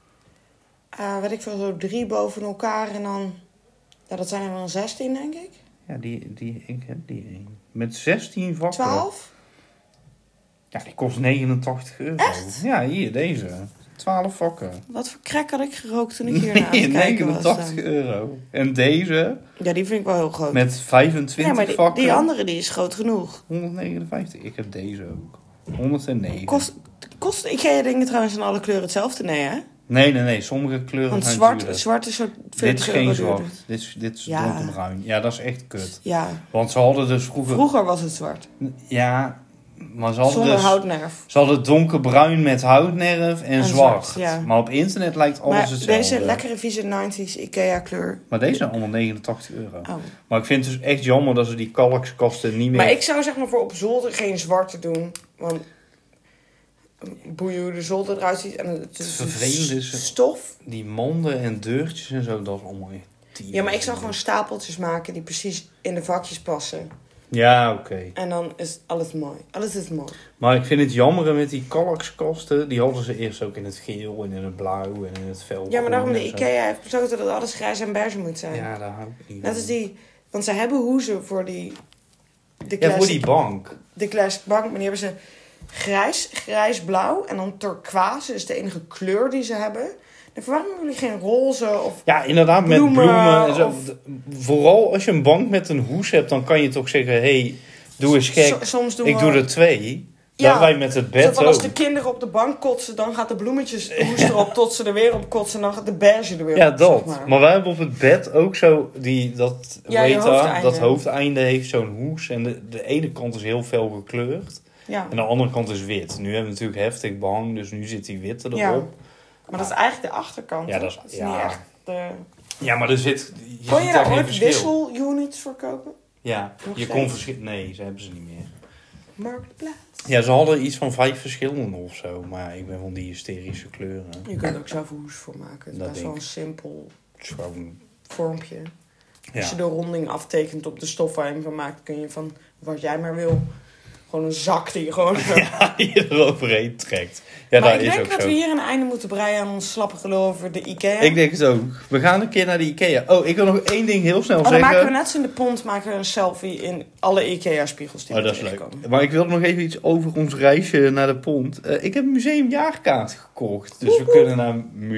[SPEAKER 1] Weet ik veel, zo 3 boven elkaar. En dan... Ja, dat zijn er wel 16, denk ik.
[SPEAKER 2] Ja, ik heb die één. Met 16 vakken.
[SPEAKER 1] 12?
[SPEAKER 2] Ja, die kost €89.
[SPEAKER 1] Echt?
[SPEAKER 2] Ja, hier, deze. 12 vakken.
[SPEAKER 1] Wat voor crack had ik gerookt toen ik hier naar
[SPEAKER 2] Nee,
[SPEAKER 1] het kijken was.
[SPEAKER 2] €89. En deze
[SPEAKER 1] Ja, die vind ik wel heel groot.
[SPEAKER 2] met 25
[SPEAKER 1] ja, maar
[SPEAKER 2] vakken.
[SPEAKER 1] die andere die is groot genoeg.
[SPEAKER 2] 159. Ik heb deze ook. 109.
[SPEAKER 1] Kost IKEA-dingen trouwens in alle kleuren hetzelfde? Nee, hè?
[SPEAKER 2] Nee. Sommige kleuren
[SPEAKER 1] Want
[SPEAKER 2] zijn
[SPEAKER 1] zwart is zo 40
[SPEAKER 2] Dit is geen
[SPEAKER 1] euro
[SPEAKER 2] zwart.
[SPEAKER 1] duurder.
[SPEAKER 2] Dit is
[SPEAKER 1] Ja.
[SPEAKER 2] donkerbruin. Ja, dat is echt kut.
[SPEAKER 1] Ja.
[SPEAKER 2] Want ze hadden dus vroeger...
[SPEAKER 1] Vroeger was het zwart.
[SPEAKER 2] Ja, maar ze hadden
[SPEAKER 1] Zonder
[SPEAKER 2] dus...
[SPEAKER 1] houtnerf.
[SPEAKER 2] Ze hadden donkerbruin met houtnerf en zwart.
[SPEAKER 1] Ja.
[SPEAKER 2] Maar op internet lijkt alles
[SPEAKER 1] Maar
[SPEAKER 2] hetzelfde.
[SPEAKER 1] deze lekkere vieze 90s IKEA kleur.
[SPEAKER 2] Maar deze zijn allemaal €89.
[SPEAKER 1] Oh.
[SPEAKER 2] Maar ik vind het dus echt jammer dat ze die kalkskasten niet meer...
[SPEAKER 1] Maar ik zou zeg maar voor op zolder geen zwarte doen. Want boeien hoe de zolder eruit ziet. En het
[SPEAKER 2] vervelend is
[SPEAKER 1] stof.
[SPEAKER 2] Die manden en deurtjes en zo, dat is allemaal echt...
[SPEAKER 1] Ja, maar ik zou gewoon stapeltjes maken die precies in de vakjes passen.
[SPEAKER 2] Ja, oké.
[SPEAKER 1] En dan is alles mooi. Alles is mooi.
[SPEAKER 2] Maar ik vind het jammer met die kalkskasten. Die hadden ze eerst ook in het geel en in het blauw en in het fel.
[SPEAKER 1] Ja, maar daarom de IKEA heeft besloten dat alles grijs en beige moet zijn.
[SPEAKER 2] Ja, daar hou ik niet
[SPEAKER 1] Net
[SPEAKER 2] van.
[SPEAKER 1] als die... Want ze hebben hoezen voor die...
[SPEAKER 2] Ja, voor die bank.
[SPEAKER 1] De classic bank, maar die hebben ze grijs-blauw en dan turquoise is de enige kleur die ze hebben. En waarom hebben jullie geen roze of
[SPEAKER 2] Ja, inderdaad, met
[SPEAKER 1] bloemen
[SPEAKER 2] en zo.
[SPEAKER 1] of-
[SPEAKER 2] Vooral als je een bank met een hoes hebt, dan kan je toch zeggen... Hey, doe eens gek.
[SPEAKER 1] Soms doen
[SPEAKER 2] Ik
[SPEAKER 1] we...
[SPEAKER 2] doe er 2.
[SPEAKER 1] Ja.
[SPEAKER 2] Dat wij met het
[SPEAKER 1] Zo
[SPEAKER 2] bed
[SPEAKER 1] van als
[SPEAKER 2] ook.
[SPEAKER 1] de kinderen op de bank kotsen, dan gaat de bloemetjes de hoes erop tot ze er weer op kotsen. En dan gaat de beige er weer
[SPEAKER 2] Ja,
[SPEAKER 1] op.
[SPEAKER 2] dat.
[SPEAKER 1] Zeg
[SPEAKER 2] Maar wij hebben op het bed ook zo... Dat
[SPEAKER 1] Ja, je hoofdeinde.
[SPEAKER 2] dat hoofdeinde heeft zo'n hoes. En de ene kant is heel fel gekleurd.
[SPEAKER 1] Ja.
[SPEAKER 2] En de andere kant is wit. Nu hebben we natuurlijk heftig behang, dus nu zit die witte erop.
[SPEAKER 1] Ja. Maar dat is eigenlijk de achterkant.
[SPEAKER 2] Ja,
[SPEAKER 1] hè?
[SPEAKER 2] dat is-
[SPEAKER 1] niet
[SPEAKER 2] ja.
[SPEAKER 1] echt de...
[SPEAKER 2] Ja, maar er zit...
[SPEAKER 1] Kon je
[SPEAKER 2] ziet
[SPEAKER 1] daar
[SPEAKER 2] geen
[SPEAKER 1] ooit
[SPEAKER 2] verschil.
[SPEAKER 1] wisselunits voor kopen?
[SPEAKER 2] Ja,
[SPEAKER 1] Nog
[SPEAKER 2] je
[SPEAKER 1] steeds?
[SPEAKER 2] kon verschillen... Nee, ze hebben ze niet meer.
[SPEAKER 1] Marktplaats.
[SPEAKER 2] Ja, ze hadden iets van 5 verschillende of zo. Maar ik ben van die hysterische kleuren.
[SPEAKER 1] Je kunt er ook zelf een hoes voor maken. Het is
[SPEAKER 2] Dat
[SPEAKER 1] best
[SPEAKER 2] denk
[SPEAKER 1] wel
[SPEAKER 2] ik.
[SPEAKER 1] een simpel
[SPEAKER 2] Het is gewoon...
[SPEAKER 1] vormpje.
[SPEAKER 2] Ja.
[SPEAKER 1] Als je de ronding aftekent op de stof waar je hem van maakt, kun je van wat jij maar wil Gewoon een zak die je gewoon...
[SPEAKER 2] Ja, die eroverheen trekt. Ja,
[SPEAKER 1] maar
[SPEAKER 2] dat
[SPEAKER 1] ik
[SPEAKER 2] is
[SPEAKER 1] denk
[SPEAKER 2] ook
[SPEAKER 1] dat
[SPEAKER 2] zo.
[SPEAKER 1] we hier een einde moeten breien aan ons slappe gelul over de Ikea.
[SPEAKER 2] Ik denk het ook. We gaan een keer naar de Ikea. Oh, ik wil nog één ding heel snel
[SPEAKER 1] dan
[SPEAKER 2] zeggen.
[SPEAKER 1] maken we net zo in de pont maken we een selfie in alle Ikea-spiegels die we
[SPEAKER 2] dat is leuk.
[SPEAKER 1] tegenkomen.
[SPEAKER 2] Maar ik wil nog even iets over ons reisje naar de pont. Ik heb een museumjaarkaart gekocht. Dus we kunnen naar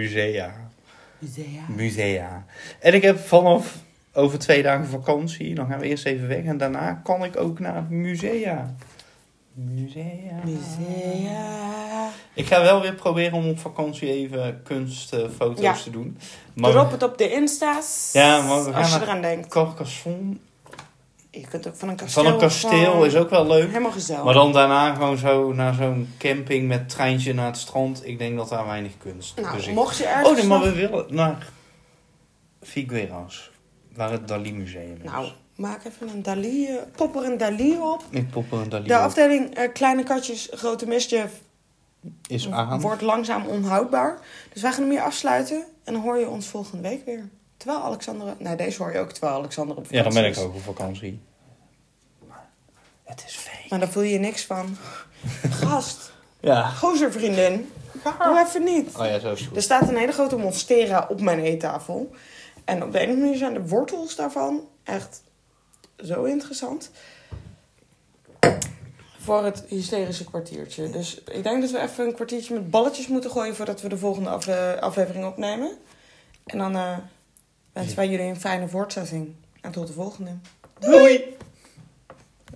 [SPEAKER 2] musea. En ik heb vanaf over 2 dagen vakantie. Dan gaan we eerst even weg. En daarna kan ik ook naar musea.
[SPEAKER 1] Musea.
[SPEAKER 2] Ik ga wel weer proberen om op vakantie even kunstfoto's te doen. Maar
[SPEAKER 1] Drop het op de Insta's.
[SPEAKER 2] Ja, maar we gaan
[SPEAKER 1] als je
[SPEAKER 2] naar
[SPEAKER 1] eraan denkt.
[SPEAKER 2] Carcassonne.
[SPEAKER 1] Je kunt ook van een kasteel.
[SPEAKER 2] Van een kasteel is ook wel leuk.
[SPEAKER 1] Helemaal gezellig.
[SPEAKER 2] Maar dan daarna gewoon zo naar zo'n camping met treintje naar het strand. Ik denk dat daar weinig kunst
[SPEAKER 1] Nou,
[SPEAKER 2] is.
[SPEAKER 1] mocht je ergens...
[SPEAKER 2] Oh nee, maar we willen naar Figueras. Waar het Dali Museum is.
[SPEAKER 1] Nou, maak even een Dali... pop er een Dali op.
[SPEAKER 2] Ik pop er een Dali
[SPEAKER 1] De
[SPEAKER 2] op.
[SPEAKER 1] afdeling kleine katjes, grote mischief
[SPEAKER 2] Is aan.
[SPEAKER 1] wordt langzaam onhoudbaar. Dus wij gaan hem hier afsluiten. En dan hoor je ons volgende week weer. Terwijl Alexander... Nee, deze hoor je ook terwijl Alexander op
[SPEAKER 2] Ja,
[SPEAKER 1] vakantie
[SPEAKER 2] dan ben ik
[SPEAKER 1] is.
[SPEAKER 2] ook op vakantie. Maar het is fake.
[SPEAKER 1] Maar daar voel je niks van. Gast,
[SPEAKER 2] Ja.
[SPEAKER 1] gozervriendin. Doe even niet.
[SPEAKER 2] Oh ja, zo is het goed.
[SPEAKER 1] Er staat een hele grote monstera op mijn eettafel. En op de een of andere manier zijn de wortels daarvan echt zo interessant. Voor het hysterische kwartiertje. Dus ik denk dat we even een kwartiertje met balletjes moeten gooien voordat we de volgende aflevering opnemen. En dan wensen wij jullie een fijne voortzetting. En tot de volgende.
[SPEAKER 2] Doei!